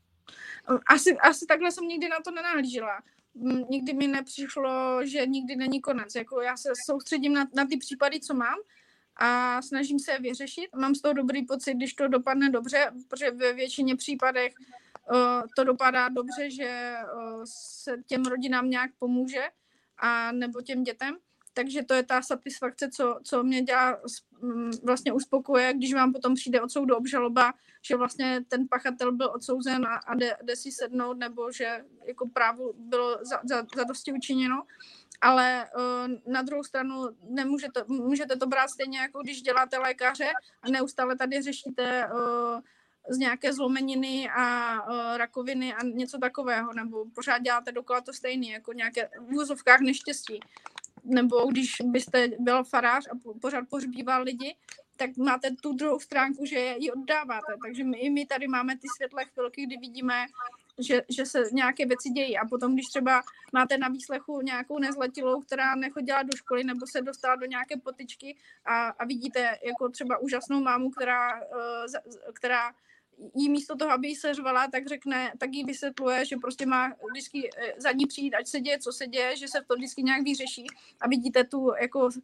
Asi, asi takhle jsem nikdy na to nenahlížela. Nikdy mi nepřišlo, že nikdy není konec. Jako já se soustředím na, na ty případy, co mám a snažím se je vyřešit. Mám z toho dobrý pocit, když to dopadne dobře, protože ve většině případech uh, to dopadá dobře, že uh, se těm rodinám nějak pomůže a nebo těm dětem, takže to je ta satisfakce, co, co mě dělá vlastně uspokoje, když vám potom přijde od soudu obžaloba, že vlastně ten pachatel byl odsouzen a, a jde, jde si sednout, nebo že jako právu bylo za, za, za dosti učiněno, ale uh, na druhou stranu nemůžete, můžete to brát stejně, jako když děláte lékaře a neustále tady řešíte uh, z nějaké zlomeniny a uh, rakoviny a něco takového, nebo pořád děláte dokola to stejný, jako nějaké v úzovkách neštěstí. Nebo když byste byl farář a po, pořád pohřbíval lidi, tak máte tu druhou stránku, že ji oddáváte. Takže my, my tady máme ty světlé chvilky, kdy vidíme, že, že se nějaké věci dějí. A potom, když třeba máte na výslechu nějakou nezletilou, která nechodila do školy nebo se dostala do nějaké potyčky a, a vidíte jako třeba úžasnou mámu, která, která jí místo toho, aby jí seřvala, tak řekne, tak jí vysvětluje, že prostě má vždycky za ní přijít, ať se děje, co se děje, že se to vždycky nějak vyřeší a vidíte tu, jako, uh,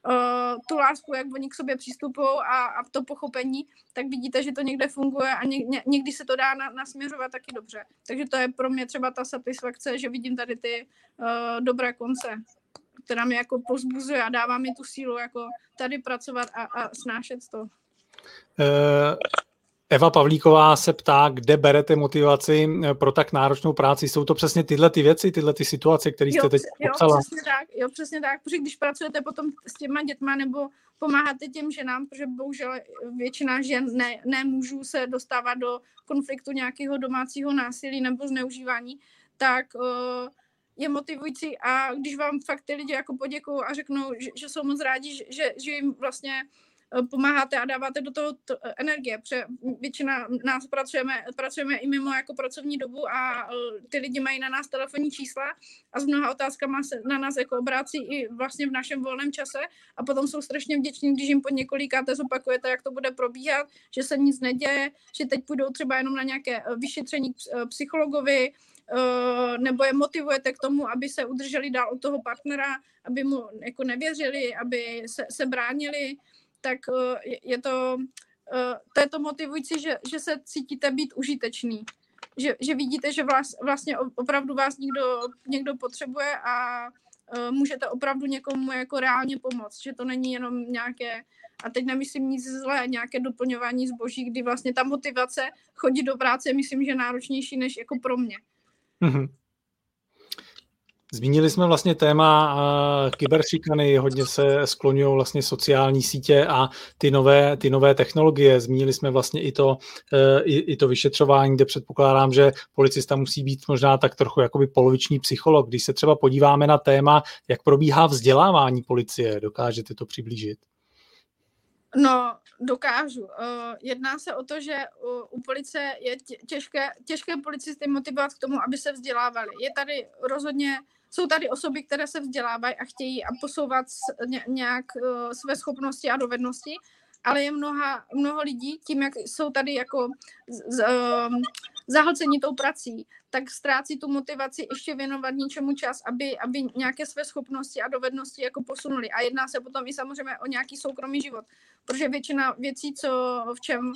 tu lásku, jak oni k sobě přistupují a, a to pochopení, tak vidíte, že to někde funguje a ně, ně, někdy se to dá na, nasměřovat taky dobře. Takže to je pro mě třeba ta satisfakce, že vidím tady ty uh, dobré konce, která mě jako povzbuzuje a dává mi tu sílu jako tady pracovat a, a snášet to. Uh... Eva Pavlíková se ptá, kde berete motivaci pro tak náročnou práci. Jsou to přesně tyhle ty věci, tyhle ty situace, které jste teď popsala? Jo, přesně tak, jo, přesně tak, protože když pracujete potom s těma dětma nebo pomáháte těm ženám, protože bohužel většina žen, ne, ne mužů, se dostává do konfliktu nějakého domácího násilí nebo zneužívání, tak uh, je motivující a když vám fakt ty lidi jako poděkují a řeknou, že, že jsou moc rádi, že, že jim vlastně pomáháte a dáváte do toho t- energie, protože většina nás pracujeme, pracujeme i mimo jako pracovní dobu a ty lidi mají na nás telefonní čísla a s mnoha otázkama se na nás jako obrácí i vlastně v našem volném čase a potom jsou strašně vděční, když jim po několikáté zopakujete, jak to bude probíhat, že se nic neděje, že teď půjdou třeba jenom na nějaké vyšetření psychologovi, nebo je motivujete k tomu, aby se udrželi dál od toho partnera, aby mu jako nevěřili, aby se, se bránili, tak je to, to je to motivující, že, že se cítíte být užitečný. že, že vidíte, že vás, vlastně opravdu vás někdo, někdo potřebuje a uh, můžete opravdu někomu jako reálně pomoct, že to není jenom nějaké, a teď nemyslím nic zlé, nějaké doplňování zboží, kdy vlastně ta motivace chodit do práce, myslím, že je náročnější než jako pro mě. Mm-hmm. Zmínili jsme vlastně téma uh, kyberšikany, hodně se skloňují vlastně sociální sítě a ty nové, ty nové technologie. Zmínili jsme vlastně i to, uh, i, i to vyšetřování, kde předpokládám, že policista musí být možná tak trochu jakoby poloviční psycholog. Když se třeba podíváme na téma, jak probíhá vzdělávání policie, dokážete to přiblížit? No, dokážu. Uh, jedná se o to, že u, u policie je těžké, těžké policisty motivovat k tomu, aby se vzdělávali. Je tady rozhodně Jsou tady osoby, které se vzdělávají a chtějí a posouvat nějak uh, své schopnosti a dovednosti, ale je mnoha, mnoho lidí, tím, jak jsou tady jako z, um, zahlcení tou prací, tak ztrácí tu motivaci ještě věnovat něčemu čas, aby, aby nějaké své schopnosti a dovednosti jako posunuli. A jedná se potom i samozřejmě o nějaký soukromý život, protože většina věcí, co v čem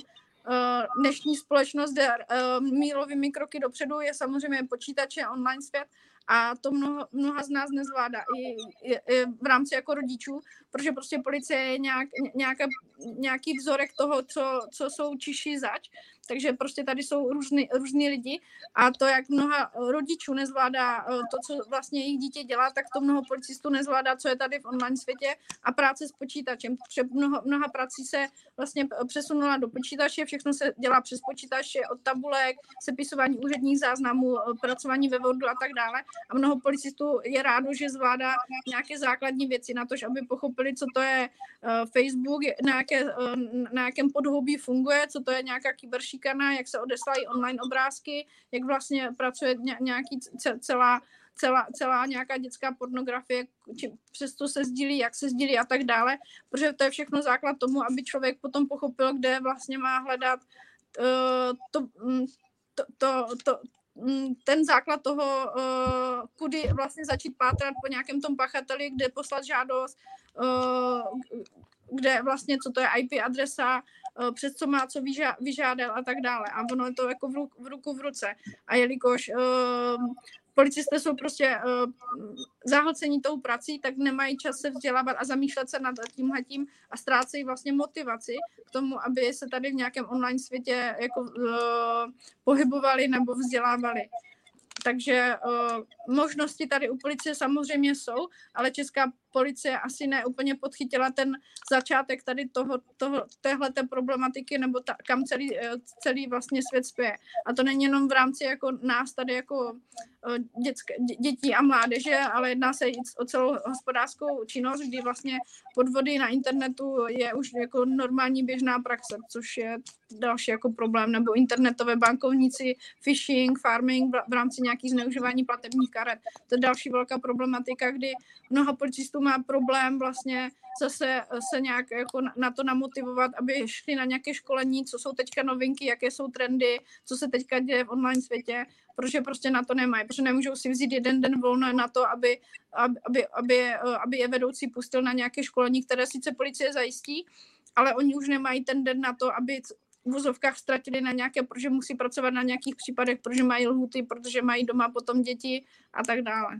uh, dnešní společnost jde uh, mílovými kroky dopředu, je samozřejmě počítače, online svět, a to mnoho, mnoha z nás nezvládá i, i, i v rámci jako rodičů, protože prostě policie je nějak, nějaká, nějaký vzorek toho, co, co jsou Češi zač, takže prostě tady jsou různý, různý lidi a to, jak mnoha rodičů nezvládá to, co vlastně jejich dítě dělá, tak to mnoho policistů nezvládá, co je tady v online světě a práce s počítačem, protože mnoho, mnoha prací se vlastně přesunula do počítače, všechno se dělá přes počítače, od tabulek, sepisování úředních záznamů, pracování ve Wordu a tak dále. A mnoho policistů je rádo, že zvládá nějaké základní věci na to, aby pochopili, co to je Facebook, na, jaké, na jakém podhoubí funguje, co to je nějaká kyberšikana, jak se odeslají online obrázky, jak vlastně pracuje nějaký celá, celá, celá nějaká dětská pornografie, či přesto se sdílí, jak se sdílí a tak dále, protože to je všechno základ tomu, aby člověk potom pochopil, kde vlastně má hledat uh, to, to, to, to ten základ toho, uh, kudy vlastně začít pátrat po nějakém tom pachateli, kde poslat žádost, uh, kde vlastně, co to je í pé adresa, uh, přes co má co vyža- vyžádal a tak dále. A ono je to jako v, ruk- v ruku v ruce. A jelikož uh, policisté jsou prostě uh, zahlcení tou prací, tak nemají čas se vzdělávat a zamýšlet se nad tímhletím a ztrácejí vlastně motivaci k tomu, aby se tady v nějakém online světě jako uh, pohybovali nebo vzdělávali. Takže uh, možnosti tady u policie samozřejmě jsou, ale česká policie asi ne úplně podchytila ten začátek tady toho, toho, téhleté problematiky, nebo ta, kam celý, celý vlastně svět spěje. A to není jenom v rámci jako nás tady jako uh, dětské, dě, dětí a mládeže, ale jedná se i o celou hospodářskou činnost, kdy vlastně podvody na internetu je už jako normální běžná praxe, což je další jako problém, nebo internetové bankovníci, phishing, farming v rámci nějakých zneužívání platebních karet. To je další velká problematika, kdy mnoho policistů má problém vlastně zase se nějak jako na to namotivovat, aby šli na nějaké školení, co jsou teďka novinky, jaké jsou trendy, co se teďka děje v online světě, protože prostě na to nemají, protože nemůžou si vzít jeden den volno na to, aby, aby, aby, aby je vedoucí pustil na nějaké školení, které sice policie zajistí, ale oni už nemají ten den na to, aby v vozovkách ztratili na nějaké, protože musí pracovat na nějakých případech, protože mají lhuty, protože mají doma potom děti a tak dále.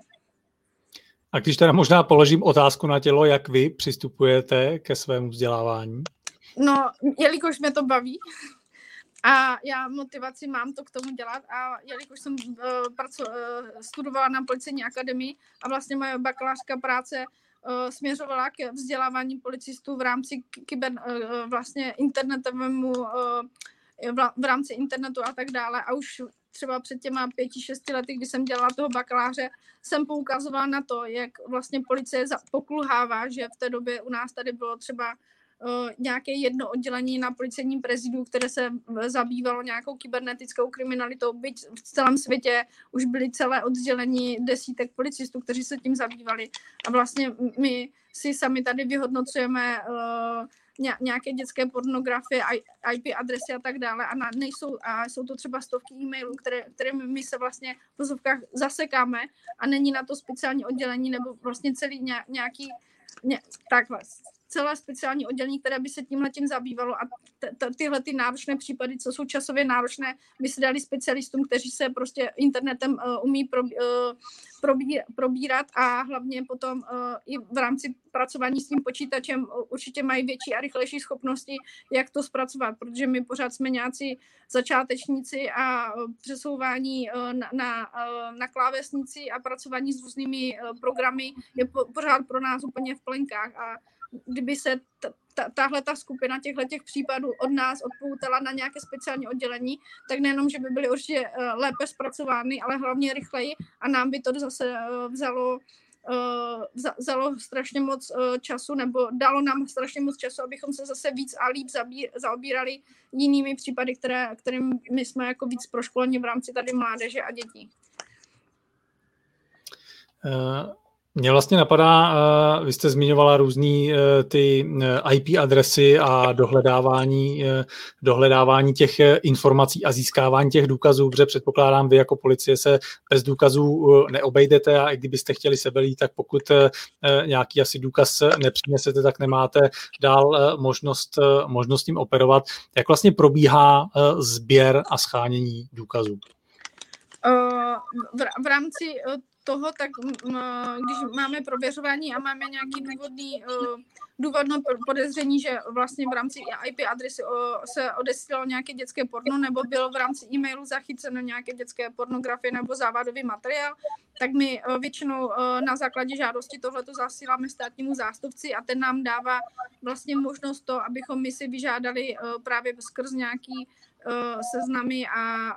A když teda možná položím otázku na tělo, jak vy přistupujete ke svému vzdělávání? No, jelikož mě to baví a já motivaci mám to k tomu dělat a jelikož jsem uh, praco, uh, studovala na Policejní akademii a vlastně moje bakalářská práce uh, směřovala k vzdělávání policistů v rámci kyber, uh, vlastně internetovému, uh, v rámci internetu a tak dále a už třeba před těma pěti, šesti lety, kdy jsem dělala toho bakaláře, jsem poukazovala na to, jak vlastně policie pokulhává, že v té době u nás tady bylo třeba uh, nějaké jedno oddělení na policejním prezidiu, které se zabývalo nějakou kybernetickou kriminalitou, byť v celém světě už byly celé oddělení desítek policistů, kteří se tím zabývali. A vlastně my si sami tady vyhodnocujeme uh, nějaké dětské pornografie, í pé adresy a tak dále a, na, nejsou, a jsou to třeba stovky e-mailů, které, kterými my se vlastně v vozovkách zasekáme a není na to speciální oddělení nebo vlastně celý nějaký, ně, takhle, celé speciální oddělení, které by se tímhletím zabývalo a t- t- tyhle ty náročné případy, co jsou časově náročné, by se dali specialistům, kteří se prostě internetem uh, umí pro, uh, probí, probírat a hlavně potom uh, i v rámci pracování s tím počítačem uh, určitě mají větší a rychlejší schopnosti, jak to zpracovat, protože my pořád jsme nějací začátečníci a uh, přesouvání uh, na, na, uh, na klávesnici a pracování s různými uh, programy je po, pořád pro nás úplně v plenkách a kdyby se t- t- tahle ta skupina těchto těch případů od nás odpoutala na nějaké speciální oddělení, tak nejenom, že by byly určitě uh, lépe zpracovány, ale hlavně rychleji a nám by to zase uh, vzalo uh, vza- vzalo strašně moc uh, času, nebo dalo nám strašně moc času, abychom se zase víc a líp zabí- zaobírali jinými případy, které, kterým my jsme jako víc proškoleni v rámci tady mládeže a dětí. Uh... Mně vlastně napadá, vy jste zmiňovala různý ty í pé adresy a dohledávání, dohledávání těch informací a získávání těch důkazů, protože předpokládám, vy jako policie se bez důkazů neobejdete a i kdybyste chtěli sebelít, tak pokud nějaký asi důkaz nepřinesete, tak nemáte dál možnost, možnost tím operovat. Jak vlastně probíhá sběr a shánění důkazů? V rámci toho, tak když máme prověřování a máme nějaký důvodný, důvodné podezření, že vlastně v rámci í pé adresy se odesílalo nějaké dětské porno nebo bylo v rámci e-mailu zachyceno nějaké dětské pornografie nebo závadový materiál, tak my většinou na základě žádosti tohleto zasíláme státnímu zástupci a ten nám dává vlastně možnost to, abychom my si vyžádali právě skrz nějaký seznamy a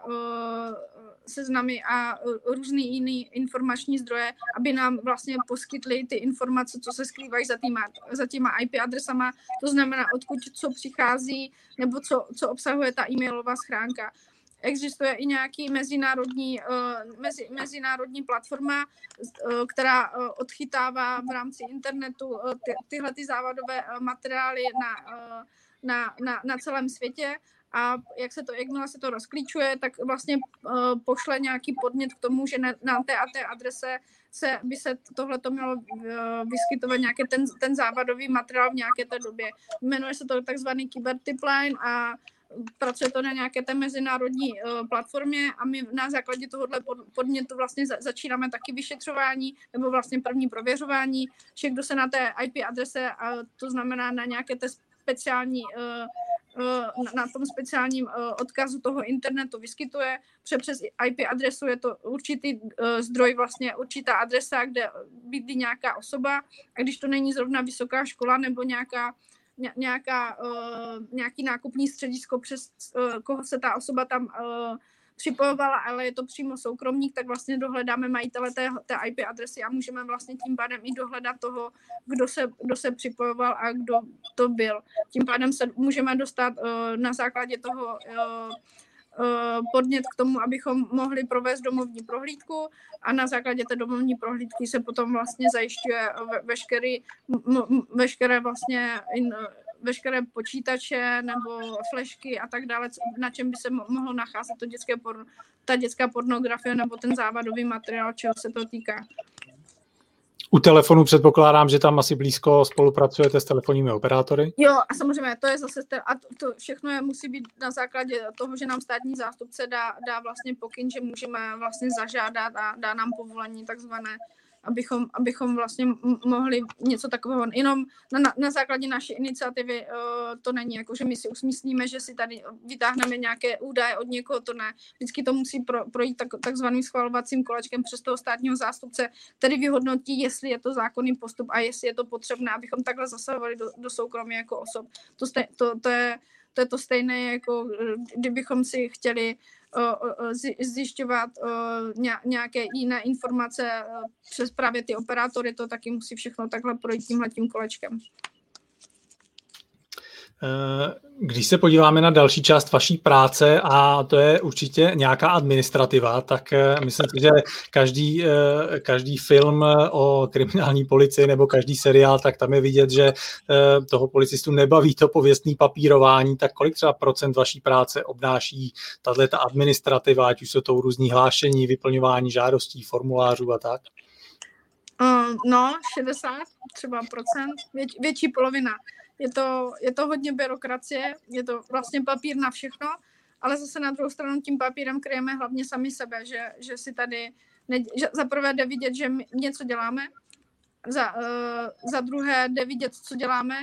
seznamy a různý jiný informační zdroje, aby nám vlastně poskytly ty informace, co se skrývají za týma, za těma í pé adresama, to znamená, odkud co přichází, nebo co, co obsahuje ta e-mailová schránka. Existuje i nějaký mezinárodní, mezi, mezinárodní platforma, která odchytává v rámci internetu ty, tyhle ty závadové materiály na, na, na, na celém světě. A jak se to, jakmile se to rozklíčuje, tak vlastně uh, pošle nějaký podnět k tomu, že na, na té a té adrese se, by se tohleto mělo uh, vyskytovat nějaký ten, ten závadový materiál v nějaké té době. Jmenuje se to takzvaný kybertipline a pracuje to na nějaké té mezinárodní uh, platformě a my na základě tohohle pod, podnětu vlastně za, začínáme taky vyšetřování nebo vlastně první prověřování, že kdo se na té í pé adrese, uh, to znamená na nějaké té speciální uh, na tom speciálním odkazu toho internetu vyskytuje, protože přes í pé adresu je to určitý zdroj, vlastně určitá adresa, kde bydlí nějaká osoba a když to není zrovna vysoká škola nebo nějaká, nějaká, nějaký nákupní středisko, přes koho se ta osoba tam připojovala, ale je to přímo soukromník, tak vlastně dohledáme majitele té, té í pé adresy a můžeme vlastně tím pádem i dohledat toho, kdo se, kdo se připojoval a kdo to byl. Tím pádem se můžeme dostat uh, na základě toho uh, uh, podnět k tomu, abychom mohli provést domovní prohlídku a na základě té domovní prohlídky se potom vlastně zajišťuje ve, veškerý, m, veškeré vlastně in, veškeré počítače nebo flešky a tak dále, na čem by se mohlo nacházet to dětské porno, ta dětská pornografie nebo ten závadový materiál, čeho se to týká. U telefonu předpokládám, že tam asi blízko spolupracujete s telefonními operátory? Jo, a samozřejmě to je zase, a to všechno je, musí být na základě toho, že nám státní zástupce dá, dá vlastně pokyn, že můžeme vlastně zažádat a dá nám povolení takzvané, abychom, abychom vlastně mohli něco takového, jenom na, na základě naší iniciativy uh, to není, jako že my si usmyslíme, že si tady vytáhneme nějaké údaje od někoho, to ne. Vždycky to musí pro, projít tak, takzvaným schvalovacím kolečkem přes toho státního zástupce, který vyhodnotí, jestli je to zákonný postup a jestli je to potřebné, abychom takhle zasahovali do, do soukromí jako osob. To, stej, to, to, je, to je to stejné, jako kdybychom si chtěli zjišťovat nějaké jiné informace přes právě ty operátory, to taky musí všechno takhle projít tímhletím kolečkem. Když se podíváme na další část vaší práce, a to je určitě nějaká administrativa, tak myslím si, že každý, každý film o kriminální policii nebo každý seriál, tak tam je vidět, že toho policistu nebaví to pověstný papírování, tak kolik třeba procent vaší práce obnáší tato administrativa, ať už jsou to různý hlášení, vyplňování žádostí, formulářů a tak? Uh, no, šedesát třeba procent, věč, větší polovina. Je to, je to hodně byrokracie, je to vlastně papír na všechno, ale zase na druhou stranu tím papírem kryjeme hlavně sami sebe, že, že si tady, ne, že za prvé jde vidět, že my něco děláme, za, uh, za druhé jde vidět, co děláme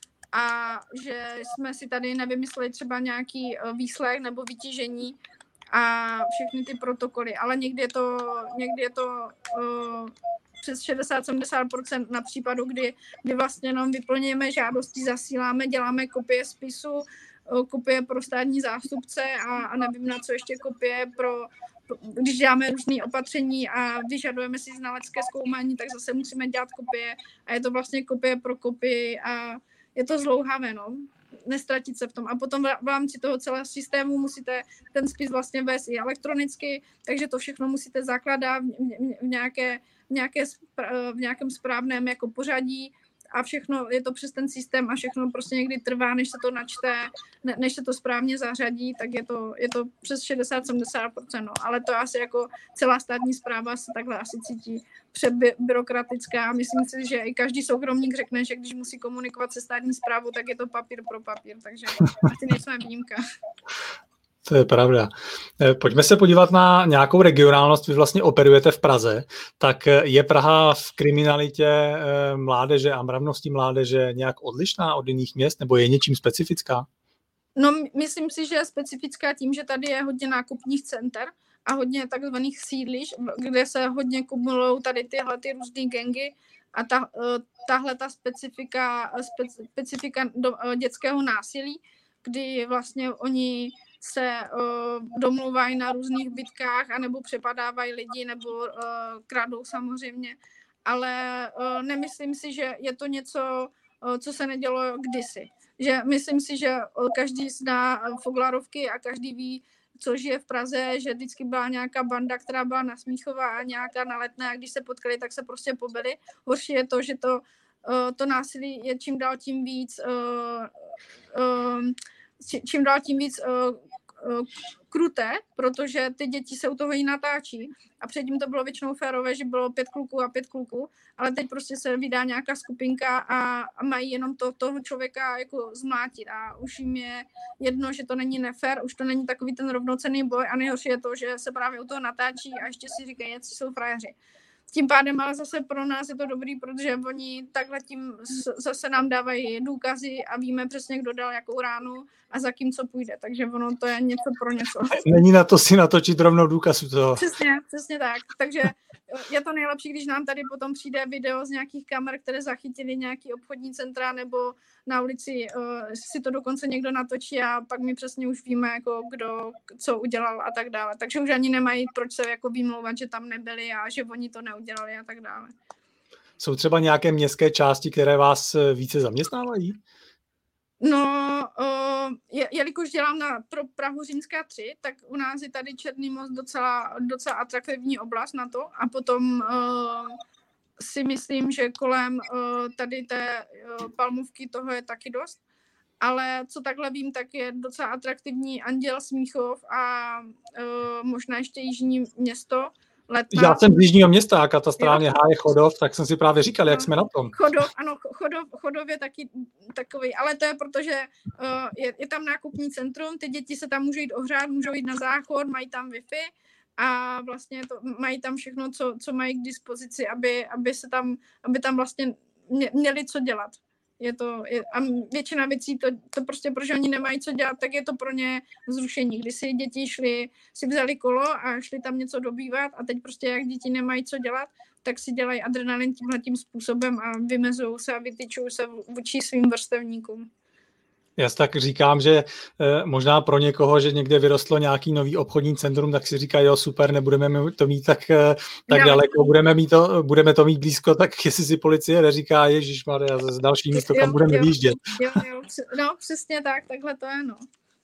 a že jsme si tady nevymysleli třeba nějaký uh, výslech nebo vytížení a všechny ty protokoly, ale někdy je to, někdy je to uh, přes šedesát až sedmdesát procent na případu, kdy, kdy vlastně jenom vyplňujeme žádosti, zasíláme, děláme kopie spisu, kopie pro státní zástupce a, a nevím na co ještě kopie pro, když děláme různé opatření a vyžadujeme si znalecké zkoumání, tak zase musíme dělat kopie a je to vlastně kopie pro kopii a je to zlouhavé, no. Nestratit se v tom. A potom v rámci toho celého systému musíte ten spis vlastně vést i elektronicky, takže to všechno musíte zakládat v, nějaké, v, nějaké, v nějakém správném jako pořadí a všechno je to přes ten systém a všechno prostě někdy trvá, než se to načte, ne, než se to správně zařadí, tak je to, je to přes šedesát až sedmdesát procent. No. Ale to asi jako celá státní správa se takhle asi cítí přebyrokratická. Myslím si, že i každý soukromník řekne, že když musí komunikovat se státní správou, tak je to papír pro papír, takže asi nejsme výjimka. To je pravda. Pojďme se podívat na nějakou regionálnost. Vy vlastně operujete v Praze. Tak je Praha v kriminalitě mládeže a mravnosti mládeže nějak odlišná od jiných měst, nebo je něčím specifická? No, myslím si, že je specifická tím, že tady je hodně nákupních center a hodně takzvaných sídliš, kde se hodně kumulují tady tyhle ty různý gangy a ta, tahle ta specifika, specifika do, dětského násilí, kdy vlastně oni se uh, domluvají na různých bitkách anebo přepadávají lidi nebo uh, kradou samozřejmě, ale uh, nemyslím si, že je to něco, uh, co se nedělo kdysi. Že myslím si, že každý zná Foglarovky a každý ví, co žije v Praze, že vždycky byla nějaká banda, která byla na Smíchova a nějaká na Letné a když se potkali, tak se prostě pobili. Horší je to, že to, uh, to násilí je čím dál tím víc uh, uh, čím dál tím víc uh, uh, kruté, protože ty děti se u toho i natáčí a předtím to bylo většinou férové, že bylo pět kluků a pět kluků, ale teď prostě se vydá nějaká skupinka a, a mají jenom to, toho člověka jako zmlátit a už jim je jedno, že to není nefér, už to není takový ten rovnocenný boj a nejhorší je to, že se právě u toho natáčí a ještě si říkají, že jsou frajeři. Tím pádem ale zase pro nás je to dobrý, protože oni takhle tím zase nám dávají důkazy a víme přesně, kdo dal jakou ránu a za kým co půjde. Takže ono to je něco pro něco. Není na to si natočit rovnou důkaz u toho. Přesně, přesně tak. Takže je to nejlepší, když nám tady potom přijde video z nějakých kamer, které zachytili nějaký obchodní centra nebo na ulici uh, si to dokonce někdo natočí a pak my přesně už víme, jako kdo co udělal a tak dále. Takže už ani nemají proč se jako vymlouvat, že tam nebyli a že oni to neudělali a tak dále. Jsou třeba nějaké městské části, které vás více zaměstnávají? No, uh, je, jelikož dělám na, pro Prahu Římská tři, tak u nás je tady Černý Most docela, docela atraktivní oblast na to a potom uh, si myslím, že kolem uh, tady té uh, Palmovky toho je taky dost, ale co takhle vím, tak je docela atraktivní Anděl, Smíchov a uh, možná ještě Jižní Město. Letná. Já jsem z Jižního Města a katastrálně H je Chodov, tak jsem si právě říkal, jak jsme na tom. Chodov, ano, Chodov, Chodov je taky takový, ale to je proto, že uh, je, je tam nákupní centrum, ty děti se tam můžou jít ohřát, můžou jít na záchod, mají tam Wi-Fi a vlastně to, mají tam všechno, co, co mají k dispozici, aby, aby, se tam, aby tam vlastně mě, měli co dělat. Je to, je, a většina věcí, to, to prostě, protože oni nemají co dělat, tak je to pro ně vzrušení. Když si děti šli, si vzali kolo a šli tam něco dobývat a teď prostě, jak děti nemají co dělat, tak si dělají adrenalin tímhletím způsobem a vymezují se a vytyčují se vůči svým vrstevníkům. Já si tak říkám, že eh, možná pro někoho, že někde vyrostlo nějaký nový obchodní centrum, tak si říká, jo, super, nebudeme to mít tak, eh, tak no. daleko, budeme, mít to, budeme to mít blízko, tak jestli si policie neříká, ježišmarja, z další místo, kam jo, budeme jo, výjíždět. Jo, jo, no, přesně tak, takhle to je, no.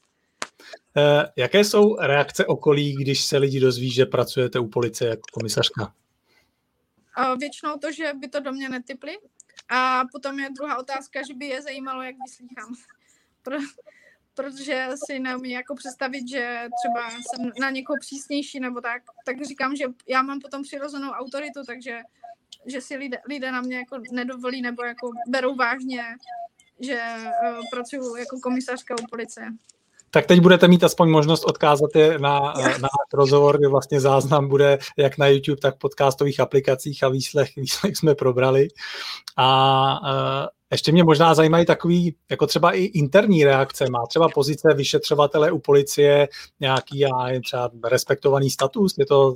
Eh, jaké jsou reakce okolí, když se lidi dozví, že pracujete u policie jako komisařka? Uh, většinou to, že by to do mě netypli a potom je druhá otázka, že by je zajímalo, jak vyslýchám. Pro, protože si neumí jako představit, že třeba jsem na někoho přísnější nebo tak, tak říkám, že já mám potom přirozenou autoritu, takže že si lidé, lidé na mě jako nedovolí nebo jako berou vážně, že uh, pracuji jako komisařka u policie. Tak teď budete mít aspoň možnost odkázat je na, na náš rozhovor, kde vlastně záznam bude jak na YouTube, tak v podcastových aplikacích a výslech, výslech jsme probrali. A uh, ještě mě možná zajímají takový, jako třeba i interní reakce. Má třeba pozice vyšetřovatele u policie nějaký, já nevím, třeba respektovaný status? Je to...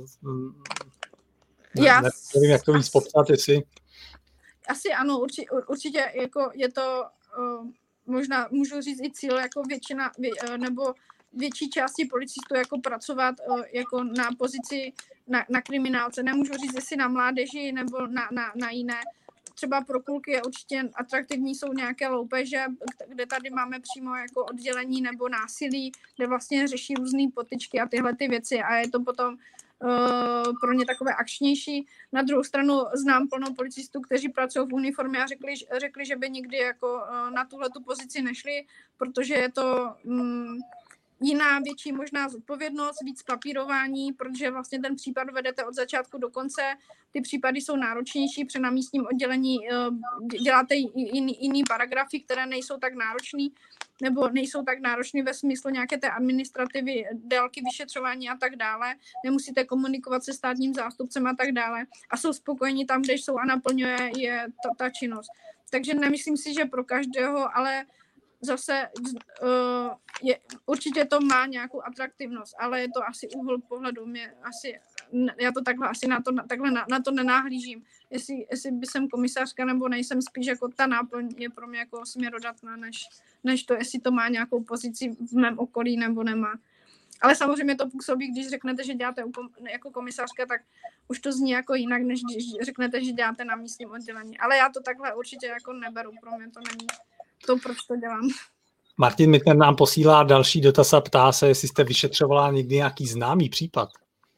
Já ne, nevím, jak to víc popsat, jestli... Asi ano, určitě, určitě jako je to... Uh... možná můžu říct i cíl, jako většina, vě, nebo větší části policistů jako pracovat jako na pozici na, na kriminálce. Nemůžu říct, jestli na mládeži nebo na, na, na jiné. Třeba pro kluky je určitě atraktivní, jsou nějaké loupeže, kde tady máme přímo jako oddělení nebo násilí, kde vlastně řeší různé potyčky a tyhle ty věci a je to potom Uh, pro ně takové akčnější. Na druhou stranu znám plnou policistů, kteří pracují v uniformě a řekli, řekli že by nikdy jako uh, na tuhletu pozici nešli, protože je to um, jiná, větší možná zodpovědnost, víc papírování, protože vlastně ten případ vedete od začátku do konce. Ty případy jsou náročnější, při na místním oddělení uh, děláte jiný, jiný paragrafy, které nejsou tak náročný, nebo nejsou tak náročný ve smyslu nějaké té administrativy, délky vyšetřování a tak dále. Nemusíte komunikovat se státním zástupcem a tak dále. A jsou spokojeni tam, kde jsou a naplňuje je ta, ta činnost. Takže nemyslím si, že pro každého, ale zase uh, je, určitě to má nějakou atraktivnost, ale je to asi úhel pohledu. Mě asi, já to takhle asi na to, takhle na, na to nenahlížím. Jestli, jestli by jsem komisářka nebo nejsem, spíš jako ta náplň je pro mě jako směrodatná, než, než to, jestli to má nějakou pozici v mém okolí nebo nemá. Ale samozřejmě to působí, když řeknete, že děláte jako komisářka, tak už to zní jako jinak, než když řeknete, že děláte na místním oddělení. Ale já to takhle určitě jako neberu, pro mě to není to, proč to dělám. Martin Mittner nám posílá další dotaz a ptá se, jestli jste vyšetřovala někdy nějaký známý případ.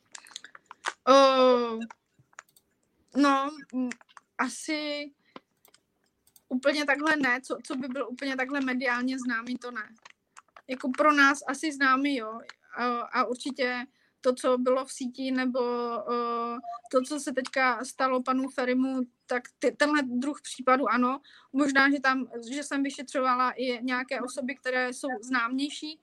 Uh, no, asi úplně takhle ne, co, co by bylo úplně takhle mediálně známý, to ne. Jako pro nás asi známý, jo. A, a určitě to, co bylo v síti, nebo uh, to, co se teďka stalo panu Ferimu, tak ty, tenhle druh případu ano. Možná, že tam, že jsem vyšetřovala i nějaké osoby, které jsou známější,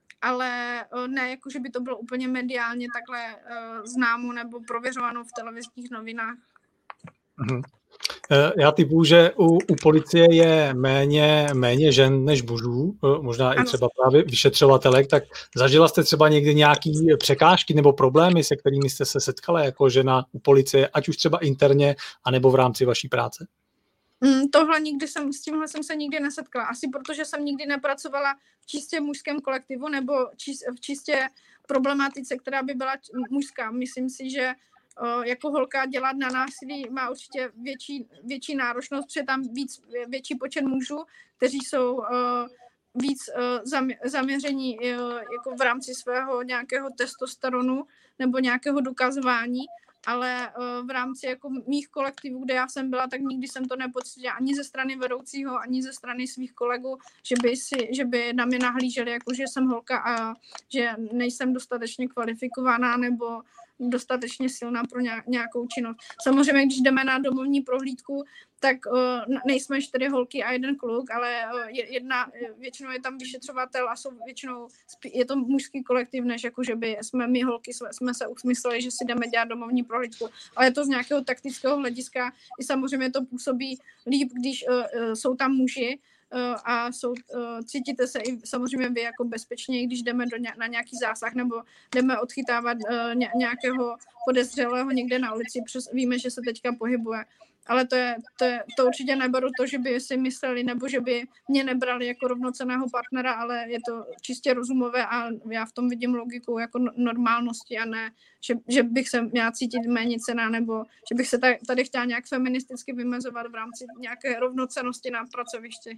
ale uh, ne, jako že by to bylo úplně mediálně takhle uh, známo nebo prověřováno v televizních novinách. Mhm. Já typuju, že u, u policie je méně, méně žen než mužů, možná ano. I třeba právě vyšetřovatelek, tak zažila jste třeba někdy nějaký překážky nebo problémy, se kterými jste se setkala jako žena u policie, ať už třeba interně, anebo v rámci vaší práce? Mm, tohle nikdy jsem, s tímhle jsem se nikdy nesetkala. Asi protože jsem nikdy nepracovala v čistě mužském kolektivu nebo čist, v čistě problematice, která by byla mužská. Myslím si, že jako holka dělat na násilí má určitě větší, větší náročnost, protože tam víc, větší počet mužů, kteří jsou uh, víc uh, zaměření uh, jako v rámci svého nějakého testosteronu nebo nějakého dokazování, ale uh, v rámci jako mých kolektivů, kde já jsem byla, tak nikdy jsem to nepocítila ani ze strany vedoucího, ani ze strany svých kolegů, že by, si, že by na mě nahlíželi, jako že jsem holka a že nejsem dostatečně kvalifikovaná nebo dostatečně silná pro nějakou činnost. Samozřejmě, když jdeme na domovní prohlídku, tak uh, nejsme čtyři holky a jeden kluk, ale uh, jedna, většinou je tam vyšetřovatel a jsou většinou, je to mužský kolektiv, než jako, že by jsme my holky jsme, jsme se usmysleli, že si jdeme dělat domovní prohlídku. Ale je to z nějakého taktického hlediska i samozřejmě to působí líp, když uh, uh, jsou tam muži, a jsou, cítíte se i samozřejmě vy jako bezpečně, když jdeme do ně, na nějaký zásah nebo jdeme odchytávat ně, nějakého podezřelého někde na ulici, přes, víme, že se teďka pohybuje. Ale to, je, to, je, to určitě neberu to, že by si mysleli, nebo že by mě nebrali jako rovnocenného partnera, ale je to čistě rozumové a já v tom vidím logiku jako normálnosti a ne, že, že bych se měla cítit méně cenná, nebo že bych se tady chtěla nějak feministicky vymezovat v rámci nějaké rovnocennosti na pracovišti.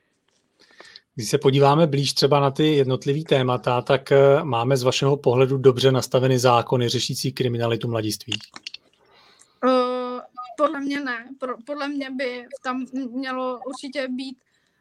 Když se podíváme blíž třeba na ty jednotlivý témata, tak máme z vašeho pohledu dobře nastaveny zákony řešící kriminalitu mladistvých? Uh, podle mě ne. Pro, podle mě by tam mělo určitě být,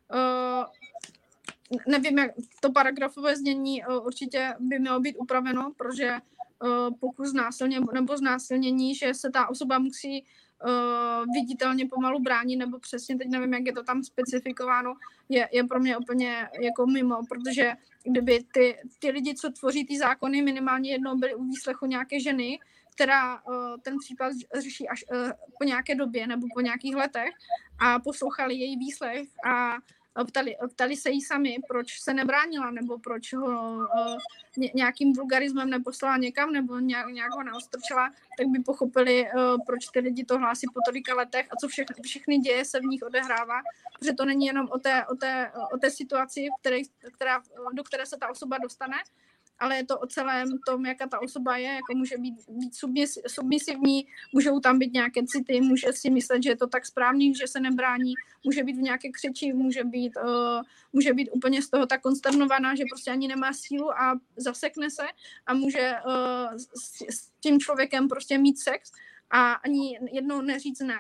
uh, nevím, jak to paragrafové znění uh, určitě by mělo být upraveno, protože uh, pokus znásilně nebo znásilnění, že se ta osoba musí uh, viditelně pomalu brání, nebo přesně teď nevím, jak je to tam specifikováno, je, je pro mě úplně jako mimo, protože kdyby ty, ty lidi, co tvoří ty zákony, minimálně jednou byli u výslechu nějaké ženy, která uh, ten případ řeší až uh, po nějaké době nebo po nějakých letech a poslouchali její výslech a Ptali, ptali se jí sami, proč se nebránila, nebo proč ho uh, nějakým vulgarismem neposlala někam, nebo nějak, nějak ho neostrčila, tak by pochopili, uh, proč ty lidi to hlásí po tolika letech a co vše, všechny děje se v nich odehrává, protože to není jenom o té, o té, o té situaci, v které, která, do které se ta osoba dostane, ale je to o celém tom, jaká ta osoba je, jako může být, být submis, submisivní, můžou tam být nějaké city, může si myslet, že je to tak správný, že se nebrání, může být v nějaké křeči, může být, uh, může být úplně z toho tak konsternovaná, že prostě ani nemá sílu a zasekne se a může uh, s, s tím člověkem prostě mít sex a ani jednou neříct ne.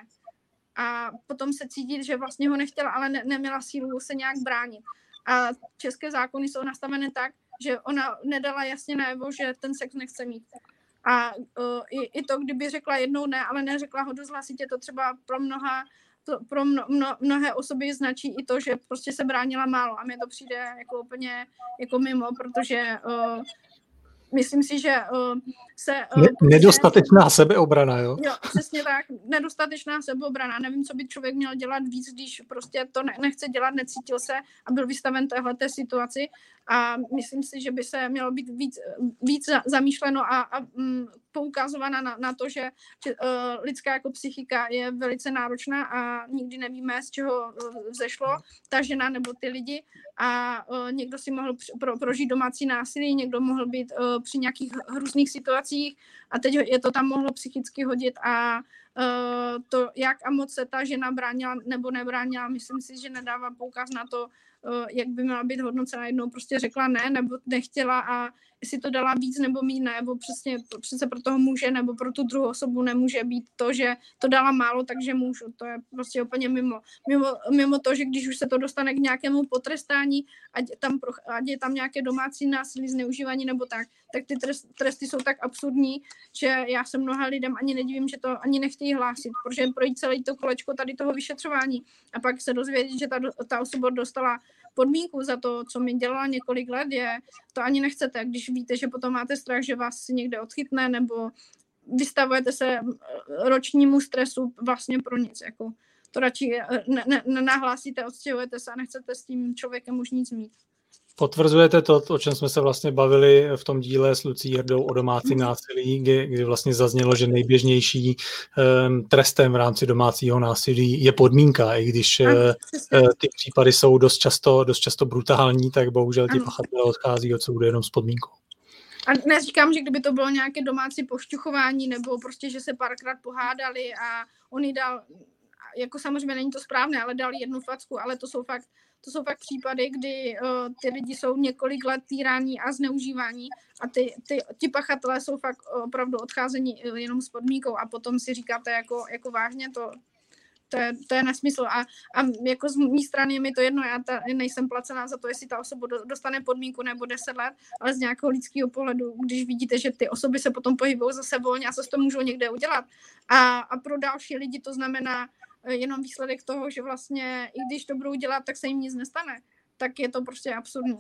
A potom se cítit, že vlastně ho nechtěla, ale ne, neměla sílu se nějak bránit. A české zákony jsou nastavené tak, že ona nedala jasně najevo, že ten sex nechce mít. A uh, i, i to, kdyby řekla jednou ne, ale neřekla ho dost hlasitě, to třeba pro mnoha, to pro mno, mno, mnohé osoby značí i to, že prostě se bránila málo. A mně to přijde jako úplně jako mimo, protože uh, myslím si, že uh, se... Uh, ne, prostě, nedostatečná sebeobrana, jo? Jo, přesně tak. Nedostatečná sebeobrana. Nevím, co by člověk měl dělat víc, když prostě to ne, nechce dělat, necítil se a byl vystaven téhleté situaci. A myslím si, že by se mělo být víc, víc zamýšleno a, a um, poukazována na, na to, že, že uh, lidská jako psychika je velice náročná a nikdy nevíme, z čeho uh, vzešlo ta žena nebo ty lidi. A uh, někdo si mohl pro, prožít domácí násilí, někdo mohl být uh, při nějakých hrůzných situacích a teď je to tam mohlo psychicky hodit a uh, to, jak a moc se ta žena bránila nebo nebránila, myslím si, že nedává poukaz na to, uh, jak by měla být hodnocena. Jednou prostě řekla ne, nebo nechtěla a jestli to dala víc nebo mít ne, nebo přesně, přece pro toho muže nebo pro tu druhou osobu nemůže být to, že to dala málo, takže můžu. To je prostě úplně mimo. Mimo, mimo to, že když už se to dostane k nějakému potrestání, ať, tam, ať je tam nějaké domácí násilí, zneužívání nebo tak, tak ty trest, tresty jsou tak absurdní, že já se mnoha lidem ani nedivím, že to ani nechtějí hlásit, protože projít celé to kolečko tady toho vyšetřování a pak se dozvědět, že ta, ta osoba dostala podmínku za to, co mi dělala několik let, je, to ani nechcete, když víte, že potom máte strach, že vás si někde odchytne, nebo vystavujete se ročnímu stresu vlastně pro nic. Jako, to radši nenahlásíte, ne, ne odstěhujete se a nechcete s tím člověkem už nic mít. Potvrzujete to, o čem jsme se vlastně bavili v tom díle s Lucí Jirdou o domácím násilí, kdy, kdy vlastně zaznělo, že nejběžnější um, trestem v rámci domácího násilí je podmínka, i když uh, ty případy jsou dost často, dost často brutální, tak bohužel ti pachatelé odchází od soudu jenom s podmínkou. A neříkám, že kdyby to bylo nějaké domácí pošťuchování, nebo prostě, že se párkrát pohádali a on jí dal, jako samozřejmě není to správné, ale dal jednu facku, ale to jsou fakt To jsou fakt případy, kdy uh, ty lidi jsou několik let týrání a zneužívání a ty, ty, ty pachatelé jsou fakt opravdu odcházení jenom s podmínkou a potom si říkáte jako, jako vážně, to, to, je, to je nesmysl. A, a jako z mé strany je mi to jedno, já ta, nejsem placená za to, jestli ta osoba dostane podmínku nebo deset let, ale z nějakého lidského pohledu, když vidíte, že ty osoby se potom pohybují zase volně a se to můžou někde udělat. A, a pro další lidi to znamená jenom výsledek toho, že vlastně i když to budou dělat, tak se jim nic nestane. Tak je to prostě absurdní.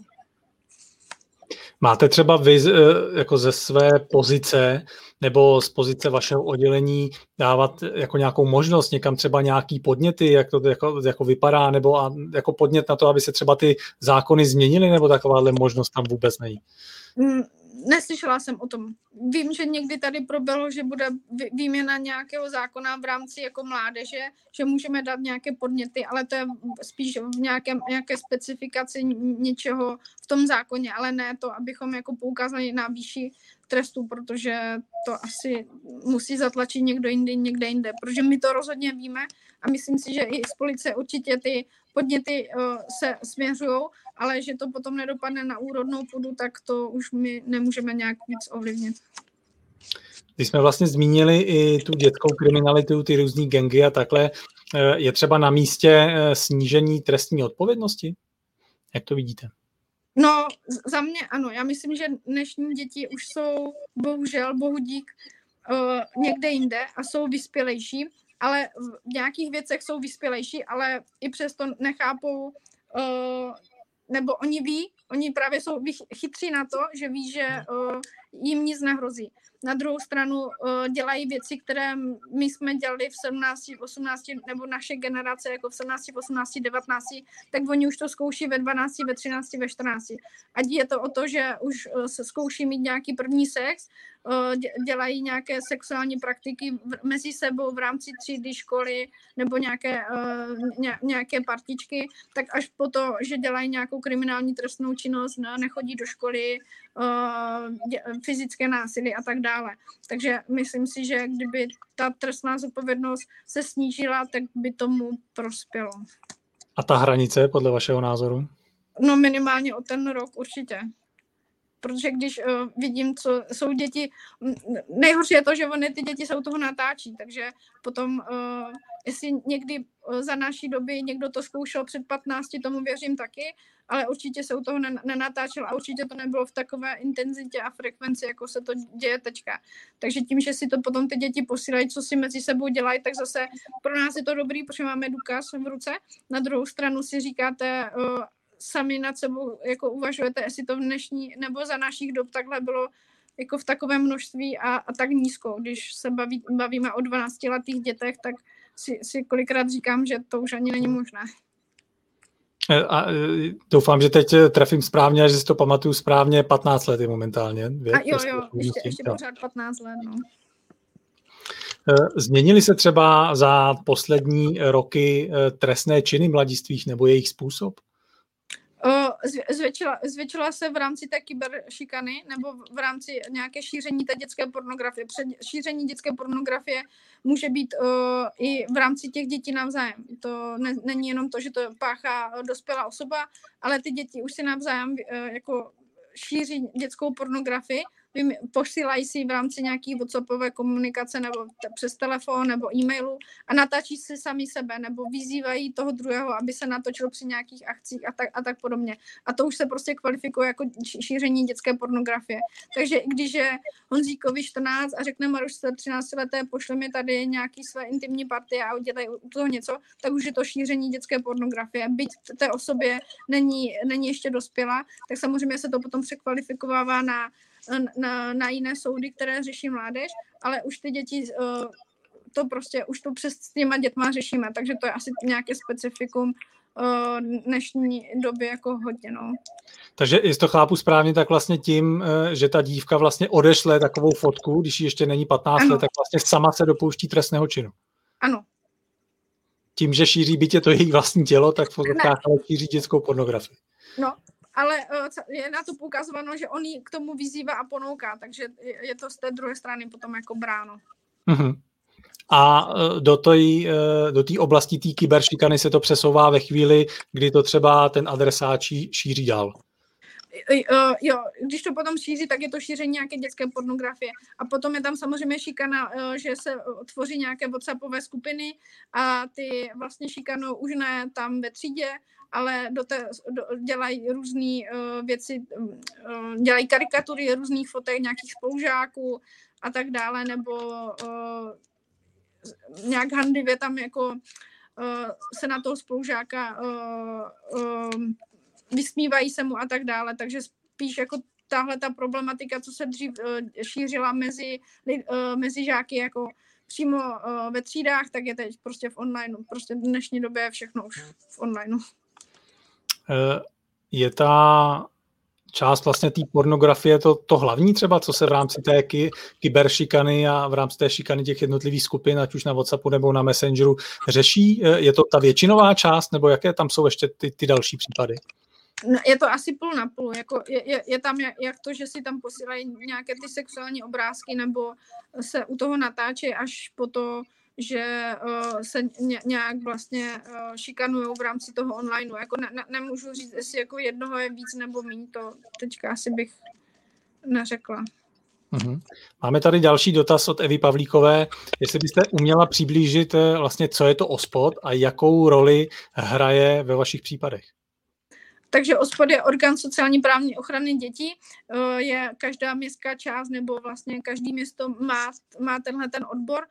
Máte třeba vy jako ze své pozice nebo z pozice vašeho oddělení dávat jako nějakou možnost, někam třeba nějaký podněty, jak to jako, jako vypadá, nebo a, jako podnět na to, aby se třeba ty zákony změnily, nebo takováhle možnost tam vůbec není? Mm. Neslyšela jsem o tom. Vím, že někdy tady proběhlo, že bude výměna nějakého zákona v rámci jako mládeže, že můžeme dát nějaké podněty, ale to je spíš v nějakém, nějaké specifikaci něčeho v tom zákoně, ale ne to, abychom jako poukázali na výši trestu, protože to asi musí zatlačit někdo jindy, někde jinde, protože my to rozhodně víme a myslím si, že i z policie určitě ty podněty uh, se směřují, ale že to potom nedopadne na úrodnou půdu, tak to už my nemůžeme nějak víc ovlivnit. Když jsme vlastně zmínili i tu dětskou kriminalitu, ty různý gangy a takhle, je třeba na místě snížení trestní odpovědnosti? Jak to vidíte? No, za mě ano. Já myslím, že dnešní děti už jsou bohužel, bohudík, uh, někde jinde a jsou vyspělejší ale v nějakých věcech jsou vyspělejší, ale i přesto nechápou, uh, nebo oni ví, oni právě jsou chytří na to, že ví, že uh, jim nic nehrozí. Na druhou stranu uh, dělají věci, které my jsme dělali v sedmnácti, osmnácti, nebo naše generace jako v sedmnácti, osmnácti, devatenácti, tak oni už to zkouší ve dvanácti, ve třinácti, ve čtrnácti. Ať je to o to, že už uh, se zkouší mít nějaký první sex, uh, dělají nějaké sexuální praktiky v, mezi sebou v rámci třídy školy nebo nějaké, uh, ně, nějaké partičky, tak až po to, že dělají nějakou kriminální trestnou činnost, ne, nechodí do školy, uh, dě, fyzické násilí a tak dále. Takže myslím si, že kdyby ta trestná zodpovědnost se snížila, tak by tomu prospělo. A ta hranice podle vašeho názoru? No minimálně o ten rok určitě. Protože když uh, vidím, co jsou děti, nejhorší je to, že oni ty děti se u toho natáčí, takže potom, uh, jestli někdy uh, za naší doby někdo to zkoušel před patnácti, tomu věřím taky, ale určitě se u toho nenatáčel a určitě to nebylo v takové intenzitě a frekvenci, jako se to děje teďka. Takže tím, že si to potom ty děti posílají, co si mezi sebou dělají, tak zase pro nás je to dobrý, protože máme důkaz v ruce. Na druhou stranu si říkáte, uh, sami nad sebou jako uvažujete, jestli to v dnešní nebo za našich dob takhle bylo jako v takovém množství a, a tak nízko. Když se baví, bavíme o dvanáctiletých dětech, tak si, si kolikrát říkám, že to už ani není možné. A doufám, že teď trefím správně a že si to pamatuju správně, patnáct let je momentálně. Věk, a jo, jo, ještě, ještě pořád patnáct let, no. Změnily se třeba za poslední roky trestné činy mladistvých nebo jejich způsob? Zvětšila, zvětšila se v rámci té kyberšikany nebo v rámci nějaké šíření té dětské pornografie. Před šíření dětské pornografie může být uh, i v rámci těch dětí navzájem. To ne, není jenom to, že to páchá dospělá osoba, ale ty děti už si navzájem uh, jako šíří dětskou pornografii, posílají si v rámci nějaký WhatsAppové komunikace nebo t- přes telefon nebo e-mailu a natáčí si sami sebe nebo vyzývají toho druhého, aby se natočil při nějakých akcích a tak, a tak podobně. A to už se prostě kvalifikuje jako šíření dětské pornografie. Takže když je Honzíkovi čtrnáct a řekne Marušce třináctileté, pošle mi tady nějaký své intimní partie a udělají u toho něco, tak už je to šíření dětské pornografie. Byť té osobě není, není ještě dospělá, tak samozřejmě se to potom překvalifikovává na Na, na jiné soudy, které řeší mládež, ale už ty děti uh, to prostě, už to přes s těma dětma řešíme, takže to je asi nějaké specifikum uh, dnešní doby jako hodně, no. Takže jestli to chápu správně, tak vlastně tím, že ta dívka vlastně odešle takovou fotku, když jí ještě není patnáct ano. let, tak vlastně sama se dopouští trestného činu. Ano. Tím, že šíří bytě to její vlastní tělo, tak v fotkách šíří dětskou pornografii. No. Ale je na to poukazováno, že on ji k tomu vyzývá a ponouká, takže je to z té druhé strany potom jako bráno. Uh-huh. A do té do té oblasti té kyberšikany se to přesouvá ve chvíli, kdy to třeba ten adresát šíří dál. Jo, když to potom šíří, tak je to šíření nějaké dětské pornografie. A potom je tam samozřejmě šikana, že se tvoří nějaké WhatsAppové skupiny a ty vlastně šikanou už ne tam ve třídě, ale do té, do, dělají různé uh, věci, uh, dělají karikatury různých fotek nějakých spolužáků a tak dále, nebo uh, nějak handivě tam jako uh, se na toho spolužáka uh, uh, vysmívají se mu a tak dále, takže spíš jako tahle ta problematika, co se dřív uh, šířila mezi, uh, mezi žáky jako přímo uh, ve třídách, tak je teď prostě v online. Prostě v dnešní době je všechno už v online. Je ta část vlastně té pornografie to, to hlavní třeba, co se v rámci té ky, kyberšikany a v rámci té šikany těch jednotlivých skupin, ať už na WhatsAppu nebo na Messengeru, řeší? Je to ta většinová část, nebo jaké tam jsou ještě ty, ty další případy? No, je to asi půl na půl. Jako je, je, je tam jak, jak to, že si tam posílají nějaké ty sexuální obrázky nebo se u toho natáčí až po to, že uh, se ně, nějak vlastně uh, šikanují v rámci toho online. Jako ne, ne, nemůžu říct, jestli jako jednoho je víc nebo míň, to teďka asi bych neřekla. Uhum. Máme tady další dotaz od Evy Pavlíkové. Jestli byste uměla přiblížit vlastně, co je to OSPOD a jakou roli hraje ve vašich případech? Takže OSPOD je orgán sociální právní ochrany dětí. Je každá městská část nebo vlastně každý město má, má tenhle ten odbor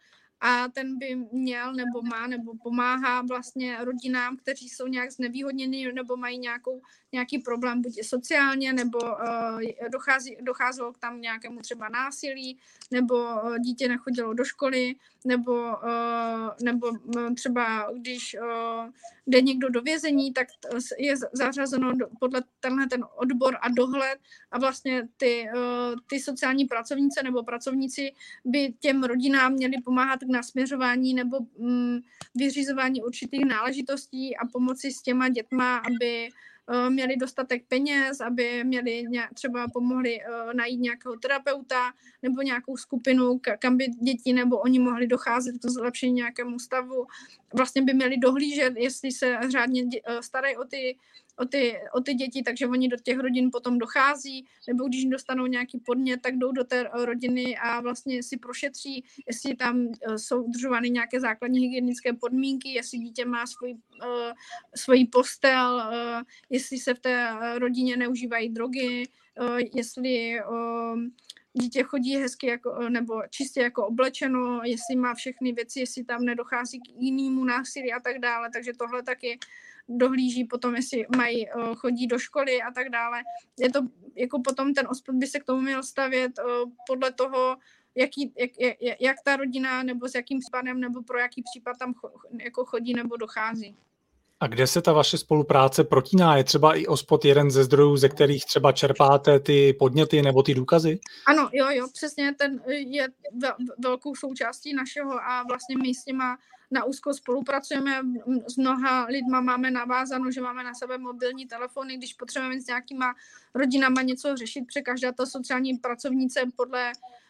a ten by měl nebo má nebo pomáhá vlastně rodinám, kteří jsou nějak znevýhodněni nebo mají nějakou, nějaký problém buď sociálně, nebo uh, dochází, docházelo k tam nějakému třeba násilí, nebo uh, dítě nechodilo do školy, nebo, uh, nebo třeba když uh, jde někdo do vězení, tak je zařazeno podle tenhle ten odbor a dohled a vlastně ty, uh, ty sociální pracovnice nebo pracovníci by těm rodinám měli pomáhat k nasměřování nebo um, vyřizování určitých náležitostí a pomoci s těma dětma, aby uh, měli dostatek peněz, aby měli nějak, třeba pomohli uh, najít nějakého terapeuta nebo nějakou skupinu, kam by děti nebo oni mohli docházet k zlepšení nějakému stavu. Vlastně by měli dohlížet, jestli se řádně dě, uh, starají o ty O ty, o ty děti, takže oni do těch rodin potom dochází, nebo když dostanou nějaký podnět, tak jdou do té rodiny a vlastně si prošetří, jestli tam jsou udržovány nějaké základní hygienické podmínky, jestli dítě má svůj, uh, svůj postel, uh, jestli se v té rodině neužívají drogy, uh, jestli uh, dítě chodí hezky jako, nebo čistě jako oblečeno, jestli má všechny věci, jestli tam nedochází k jinému násilí a tak dále, takže tohle taky dohlíží potom, jestli mají, chodí do školy a tak dále. Je to, jako potom ten OSPOD by se k tomu měl stavět podle toho, jaký, jak, jak, jak ta rodina, nebo s jakým případem, nebo pro jaký případ tam cho, jako chodí nebo dochází. A kde se ta vaše spolupráce protíná? Je třeba i OSPOD jeden ze zdrojů, ze kterých třeba čerpáte ty podněty nebo ty důkazy? Ano, jo, jo, přesně, ten je velkou součástí našeho a vlastně my s těma na úzko spolupracujeme, s mnoha lidma máme navázáno, že máme na sebe mobilní telefony, když potřebujeme s nějakýma rodinama něco řešit, protože každá ta sociální pracovnice podle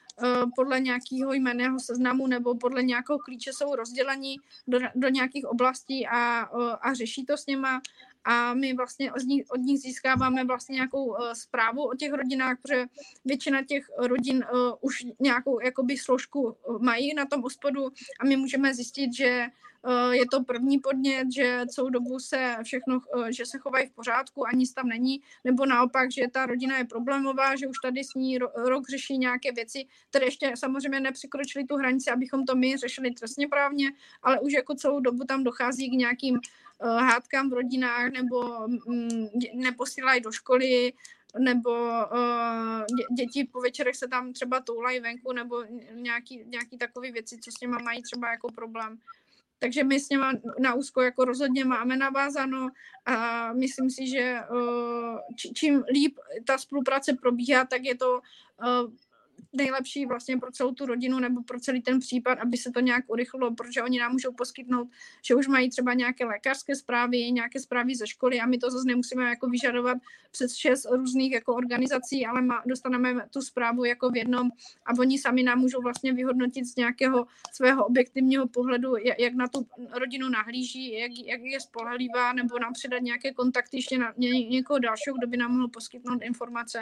podle nějakého jmenného seznamu nebo podle nějakého klíče jsou rozdělení do, do nějakých oblastí a, a řeší to s něma a my vlastně od nich, od nich získáváme vlastně nějakou uh, zprávu o těch rodinách, protože většina těch rodin uh, už nějakou jakoby složku mají na tom OSPODu a my můžeme zjistit, že uh, je to první podnět, že celou dobu se všechno, uh, že se chovají v pořádku a nic tam není, nebo naopak, že ta rodina je problémová, že už tady s ní ro- rok řeší nějaké věci, které ještě samozřejmě nepřekročily tu hranici, abychom to my řešili trestně právně, ale už jako celou dobu tam dochází k nějakým hádkám v rodinách, nebo mm, neposílají do školy, nebo uh, dě, děti po večerech se tam třeba toulají venku, nebo nějaký, nějaký takové věci, co s něma mají třeba jako problém. Takže my s něma na úzko jako rozhodně máme navázáno a myslím si, že uh, či, čím líp ta spolupráce probíhá, tak je to uh, nejlepší vlastně pro celou tu rodinu nebo pro celý ten případ, aby se to nějak urychlilo, protože oni nám můžou poskytnout, že už mají třeba nějaké lékařské zprávy, nějaké zprávy ze školy a my to zase nemusíme jako vyžadovat přes šest různých jako organizací, ale má, dostaneme tu zprávu jako v jednom a oni sami nám můžou vlastně vyhodnotit z nějakého svého objektivního pohledu, jak, jak na tu rodinu nahlíží, jak, jak je spolehlivá, nebo nám předat nějaké kontakty ještě na ně, někoho dalšího, kdo by nám mohl poskytnout informace.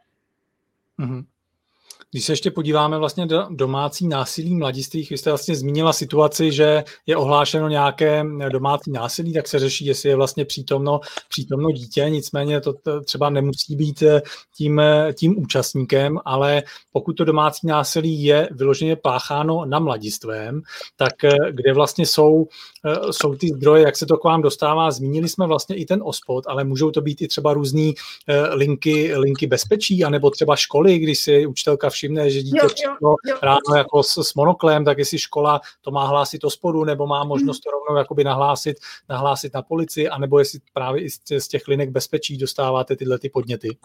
Mm-hmm. Když se ještě podíváme vlastně do domácí násilí mladistvých, vy jste vlastně zmínila situaci, že je ohlášeno nějaké domácí násilí, tak se řeší, jestli je vlastně přítomno, přítomno dítě, nicméně to třeba nemusí být tím, tím účastníkem, ale pokud to domácí násilí je vyloženě pácháno na mladistvém, tak kde vlastně jsou, jsou ty zdroje, jak se to k vám dostává, zmínili jsme vlastně i ten OSPOD, ale můžou to být i třeba různý linky, linky bezpečí, anebo třeba školy, když si učitelka všimne, že dítě přišlo ráno jako s, s monoklem, tak jestli škola to má hlásit OSPODu, nebo má možnost to rovnou jakoby nahlásit, nahlásit na policii, anebo jestli právě i z těch linek bezpečí dostáváte tyhle ty podněty?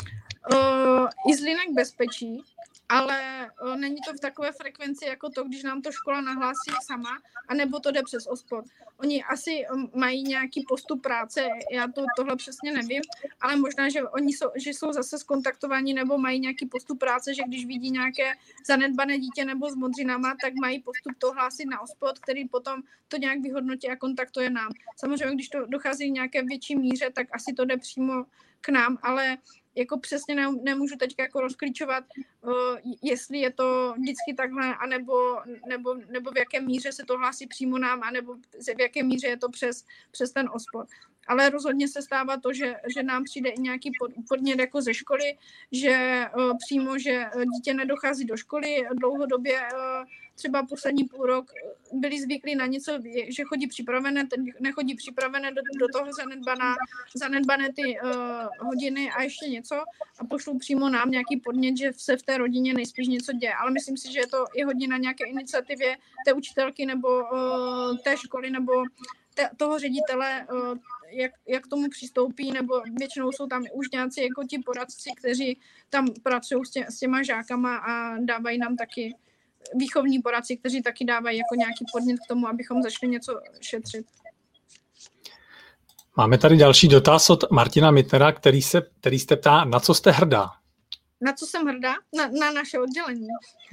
Uh, I z linek bezpečí, ale uh, není to v takové frekvenci jako to, když nám to škola nahlásí sama, anebo to jde přes OSPOD. Oni asi um, mají nějaký postup práce, já to tohle přesně nevím, ale možná, že oni jsou, že jsou zase skontaktováni nebo mají nějaký postup práce, že když vidí nějaké zanedbané dítě nebo s modřinama, tak mají postup to hlásit na OSPOD, který potom to nějak vyhodnotí a kontaktuje nám. Samozřejmě, když to dochází k nějaké větší míře, tak asi to jde přímo k nám, ale jako přesně ne, nemůžu teď jako rozklíčovat, uh, jestli je to vždycky takhle, anebo, nebo, nebo v jaké míře se to hlásí přímo nám, anebo v jaké míře je to přes, přes ten OSPOD. Ale rozhodně se stává to, že, že nám přijde i nějaký pod, podnět jako ze školy, že uh, přímo, že dítě nedochází do školy dlouhodobě, uh, třeba poslední půl rok byli zvyklí na něco, že chodí připravené, teď nechodí připravené, do, do toho zanedbaná, zanedbané ty uh, hodiny a ještě něco a pošlou přímo nám nějaký podnět, že se v té rodině nejspíš něco děje. Ale myslím si, že je to i hodně na nějaké iniciativě té učitelky nebo uh, té školy nebo te, toho ředitele, uh, jak, jak k tomu přistoupí, nebo většinou jsou tam už nějací jako ti poradci, kteří tam pracují s, tě, s těma žákama a dávají nám taky výchovní poradci, kteří taky dávají jako nějaký podnět k tomu, abychom začali něco šetřit. Máme tady další dotaz od Martina Mittnera, který se, který se ptá, na co jste hrdá? Na co jsem hrdá? Na, na naše oddělení.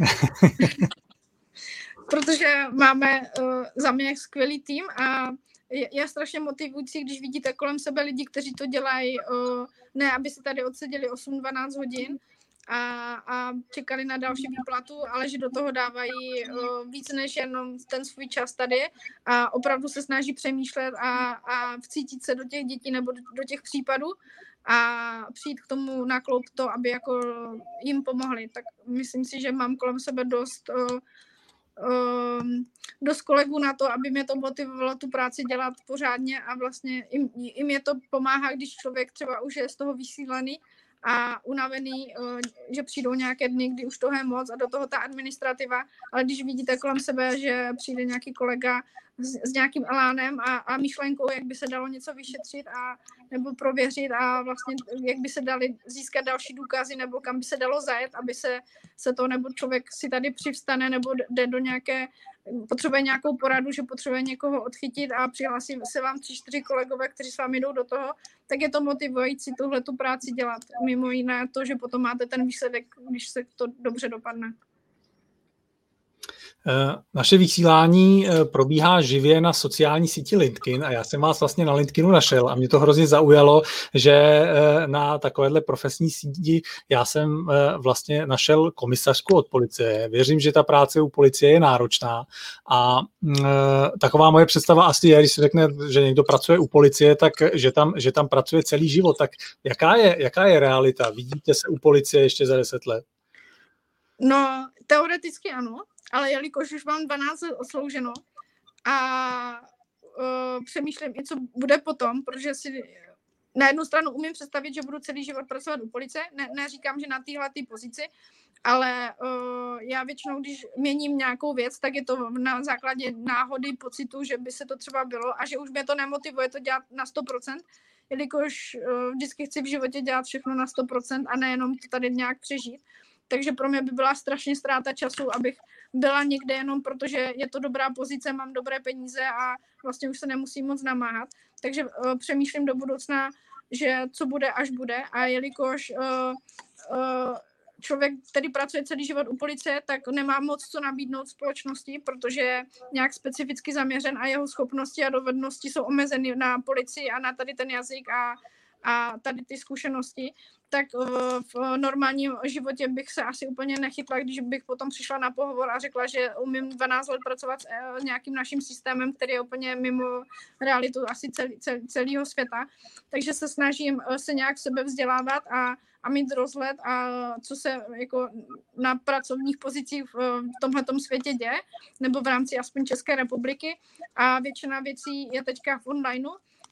Protože máme uh, za mě skvělý tým a je, je strašně motivující, když vidíte kolem sebe lidi, kteří to dělají, uh, ne aby se tady odseděli osm dvanáct hodin, A, a čekali na další výplatu, ale že do toho dávají uh, víc než jenom ten svůj čas tady a opravdu se snaží přemýšlet a, a vcítit se do těch dětí nebo do, do těch případů a přijít k tomu na kloup to, aby jako jim pomohli. Tak myslím si, že mám kolem sebe dost, uh, uh, dost kolegů na to, aby mě to motivovalo tu práci dělat pořádně a vlastně jim, jim je to pomáhá, když člověk třeba už je z toho vysílený a unavený, že přijdou nějaké dny, kdy už toho je moc a do toho ta administrativa, ale když vidíte kolem sebe, že přijde nějaký kolega s, s nějakým elánem a, a myšlenkou, jak by se dalo něco vyšetřit a nebo prověřit a vlastně jak by se dali získat další důkazy nebo kam by se dalo zajet, aby se, se to nebo člověk si tady přivstane nebo jde do nějaké, potřebuje nějakou poradu, že potřebuje někoho odchytit a přihlásí se vám tři, čtyři kolegové, kteří s vámi jdou do toho, tak je to motivující tuhle tu práci dělat. Mimo jiné to, že potom máte ten výsledek, když se to dobře dopadne. Naše vysílání probíhá živě na sociální síti LinkedIn a já jsem vás vlastně na LinkedInu našel a mě to hrozně zaujalo, že na takovéhle profesní síti já jsem vlastně našel komisařku od policie. Věřím, že ta práce u policie je náročná a taková moje představa asi je, když se řekne, že někdo pracuje u policie, tak že tam, že tam pracuje celý život. Tak jaká je, jaká je realita? Vidíte se u policie ještě za deset let? No, teoreticky ano. Ale jelikož už mám dvanáct let odslouženo a uh, přemýšlím i, co bude potom, protože si na jednu stranu umím představit, že budu celý život pracovat u policie, ne, neříkám, že na téhle pozici, ale uh, já většinou, když měním nějakou věc, tak je to na základě náhody, pocitu, že by se to třeba bylo a že už mě to nemotivuje to dělat na sto procent, jelikož uh, vždycky chci v životě dělat všechno na sto procent a nejenom to tady nějak přežít. Takže pro mě by byla strašně ztráta času, abych byla někde jenom protože je to dobrá pozice, mám dobré peníze a vlastně už se nemusím moc namáhat. Takže uh, přemýšlím do budoucna, že co bude, až bude. A jelikož uh, uh, člověk, který pracuje celý život u policie, tak nemá moc co nabídnout společnosti, protože je nějak specificky zaměřen a jeho schopnosti a dovednosti jsou omezeny na policii a na tady ten jazyk a a tady ty zkušenosti, tak v normálním životě bych se asi úplně nechytla, když bych potom přišla na pohovor a řekla, že umím dvanáct let pracovat s nějakým naším systémem, který je úplně mimo realitu asi celý, celý, celého světa. Takže se snažím se nějak sebe vzdělávat a, a mít rozhled a co se jako na pracovních pozicích v tomhletom světě děje, nebo v rámci aspoň České republiky. A většina věcí je teďka v onlineu.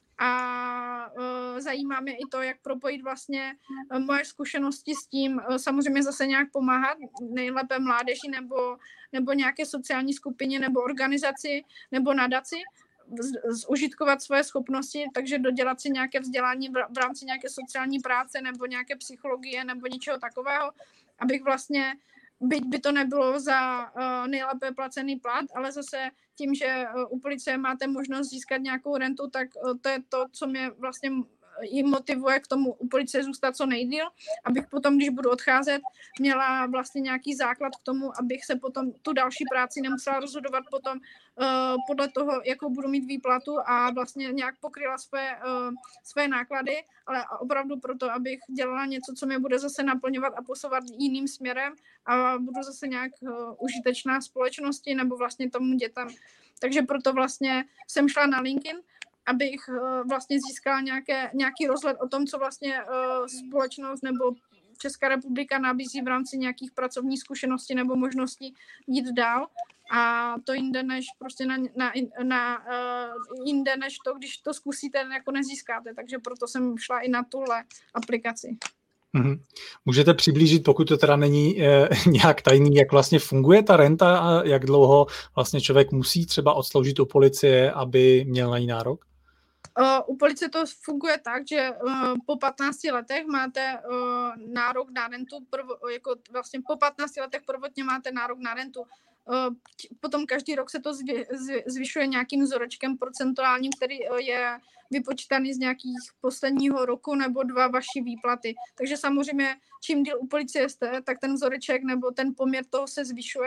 A uh, zajímá mě i to, jak propojit vlastně uh, moje zkušenosti s tím, uh, samozřejmě zase nějak pomáhat, nejlépe mládeži nebo, nebo nějaké sociální skupině nebo organizaci nebo nadaci, z, zužitkovat svoje schopnosti, takže dodělat si nějaké vzdělání v, v rámci nějaké sociální práce nebo nějaké psychologie nebo něčeho takového, abych vlastně, byť by to nebylo za uh, nejlépe placený plat, ale zase tím, že uh, u policie máte možnost získat nějakou rentu, tak uh, to je to, co mě vlastně jim motivuje k tomu u policie zůstat co nejdýl, abych potom, když budu odcházet, měla vlastně nějaký základ k tomu, abych se potom tu další práci nemusela rozhodovat potom uh, podle toho, jakou budu mít výplatu a vlastně nějak pokryla své, uh, své náklady, ale opravdu proto, abych dělala něco, co mě bude zase naplňovat a posouvat jiným směrem a budu zase nějak uh, užitečná společnosti nebo vlastně tomu dětem. Takže proto vlastně jsem šla na LinkedIn, abych uh, vlastně získala nějaké, nějaký rozhled o tom, co vlastně uh, společnost nebo Česká republika nabízí v rámci nějakých pracovních zkušeností nebo možností jít dál A to jinde než prostě na, na, na uh, jinde než to, když to zkusíte, jako nezískáte. Takže proto jsem šla i na tuhle aplikaci. Mm-hmm. Můžete přiblížit, pokud to teda není eh, nějak tajný, jak vlastně funguje ta renta a jak dlouho vlastně člověk musí třeba odsloužit u policie, aby měl na ní nárok? Uh, u policie to funguje tak, že uh, po patnácti letech máte uh, nárok na rentu, prvo, jako vlastně po patnácti letech prvotně máte nárok na rentu. Uh, potom každý rok se to zvy, zvy, zvyšuje nějakým vzorečkem procentuálním, který uh, je vypočítaný z nějakých posledního roku nebo dva vaší výplaty. Takže samozřejmě čím díl u policie jste, tak ten vzoreček nebo ten poměr toho se zvyšuje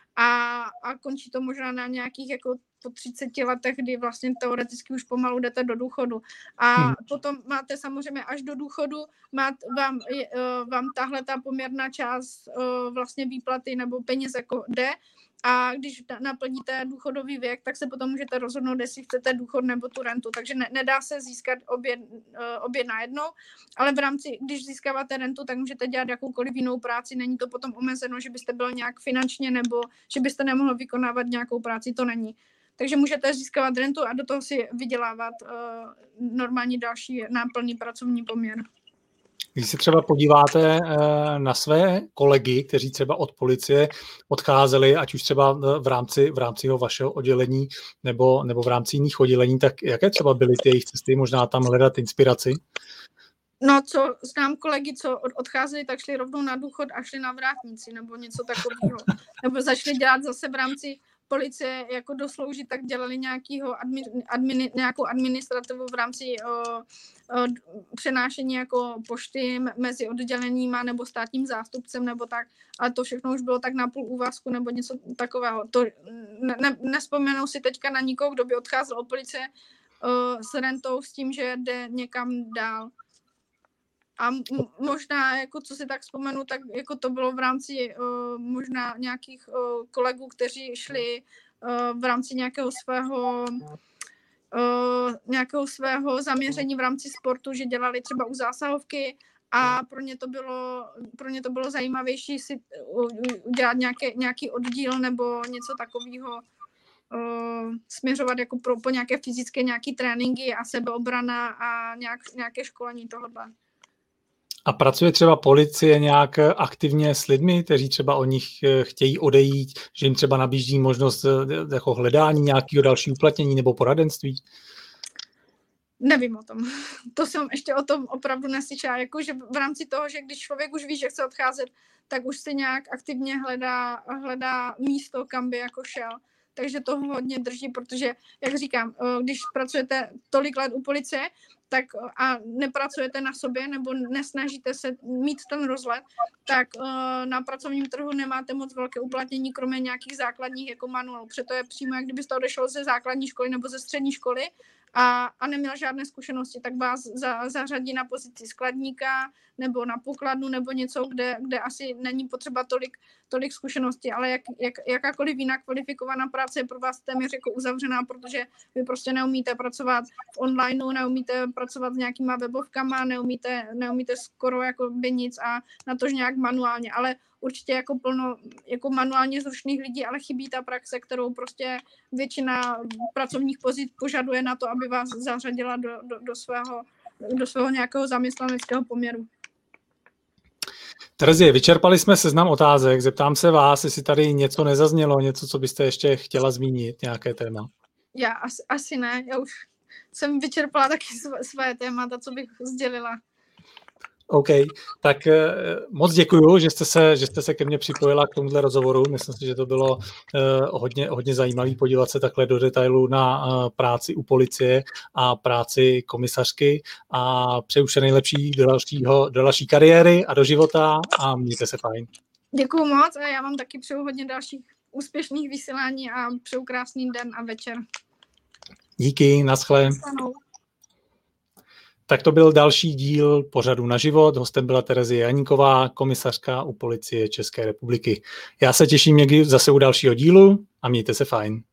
a, a končí to možná na nějakých jako po třiceti letech, kdy vlastně teoreticky už pomalu jdete do důchodu. A hmm. potom máte samozřejmě až do důchodu, máte, vám, vám tahle ta poměrná část vlastně výplaty nebo peněz jako jde. A když naplníte důchodový věk, tak se potom můžete rozhodnout, jestli chcete důchod nebo tu rentu. Takže ne, nedá se získat obě, obě najednou, ale v rámci, když získáváte rentu, tak můžete dělat jakoukoliv jinou práci. Není to potom omezeno, že byste byl nějak finančně nebo že byste nemohl vykonávat nějakou práci, to není. Takže můžete získávat rentu a do toho si vydělávat uh, normální další náplný pracovní poměr. Když se třeba podíváte na své kolegy, kteří třeba od policie odcházeli, ať už třeba v rámci, v rámci vašeho oddělení nebo, nebo v rámci jiných oddělení, tak jaké třeba byly ty jejich cesty, možná tam hledat inspiraci? No, co znám kolegy, co odcházeli, tak šli rovnou na důchod a šli na vrátnici nebo něco takového. Nebo začali dělat zase v rámci policie jako dosloužit, tak dělali nějakýho admi, admini, nějakou administrativu v rámci o, o, přenášení jako pošty mezi odděleníma nebo státním zástupcem nebo tak, ale to všechno už bylo tak na půl úvazku nebo něco takového. To ne, ne, nespomenu si teďka na nikoho, kdo by odcházel od policie o, s rentou s tím, že jde někam dál. A m- možná, jako co si tak vzpomenu, tak jako to bylo v rámci uh, možná nějakých uh, kolegů, kteří šli uh, v rámci nějakého svého uh, nějakého svého zaměření v rámci sportu, že dělali třeba u zásahovky a pro ně to bylo, pro ně to bylo zajímavější si uh, udělat nějaké, nějaký oddíl nebo něco takového, uh, směřovat jako pro, po nějaké fyzické nějaké tréninky a sebeobrana a nějak, nějaké školení tohohle. A pracuje třeba policie nějak aktivně s lidmi, kteří třeba o nich chtějí odejít, že jim třeba nabízí možnost jako hledání nějakého dalšího uplatnění nebo poradenství? Nevím o tom. To jsem ještě o tom opravdu neslyšela. Jako, že v rámci toho, že když člověk už ví, že chce odcházet, tak už si nějak aktivně hledá, hledá místo, kam by jako šel. Takže to hodně drží, protože, jak říkám, když pracujete tolik let u policie, tak a nepracujete na sobě nebo nesnažíte se mít ten rozhled, tak uh, na pracovním trhu nemáte moc velké uplatnění, kromě nějakých základních jako manuálů. Proto je přímo, jak kdybyste odešel ze základní školy nebo ze střední školy a, a neměl žádné zkušenosti, tak vás za, zařadí na pozici skladníka nebo na pokladnu nebo něco, kde, kde asi není potřeba tolik, tolik zkušeností, ale jak, jak, jakákoliv jiná kvalifikovaná práce je pro vás téměř jako uzavřená, protože vy prostě neumíte pracovat v onlineu, neumíte pracovat s nějakýma webovkama, neumíte, neumíte skoro jako by nic a na to nějak manuálně, ale určitě jako plno jako manuálně zručných lidí, ale chybí ta praxe, kterou prostě většina pracovních pozic požaduje na to, aby vás zařadila do, do, do, svého, do svého nějakého zaměstnaneckého poměru. Terezie, vyčerpali jsme seznam otázek. Zeptám se vás, jestli tady něco nezaznělo, něco, co byste ještě chtěla zmínit, nějaké téma. Já asi, asi ne, já už jsem vyčerpala taky své témata, co bych sdělila. OK, tak moc děkuju, že jste se, že jste se ke mně připojila k tomuhle rozhovoru. Myslím si, že to bylo uh, hodně, hodně zajímavé podívat se takhle do detailu na uh, práci u policie a práci komisařky a přeju vše nejlepší do, dalšího, do další kariéry a do života a mějte se fajn. Děkuju moc a já vám taky přeju hodně dalších úspěšných vysílání a přeju krásný den a večer. Díky, naschle. Tak to byl další díl pořadu Na život. Hostem byla Terezie Janíková, komisařka u Policie České republiky. Já se těším někdy zase u dalšího dílu a mějte se fajn.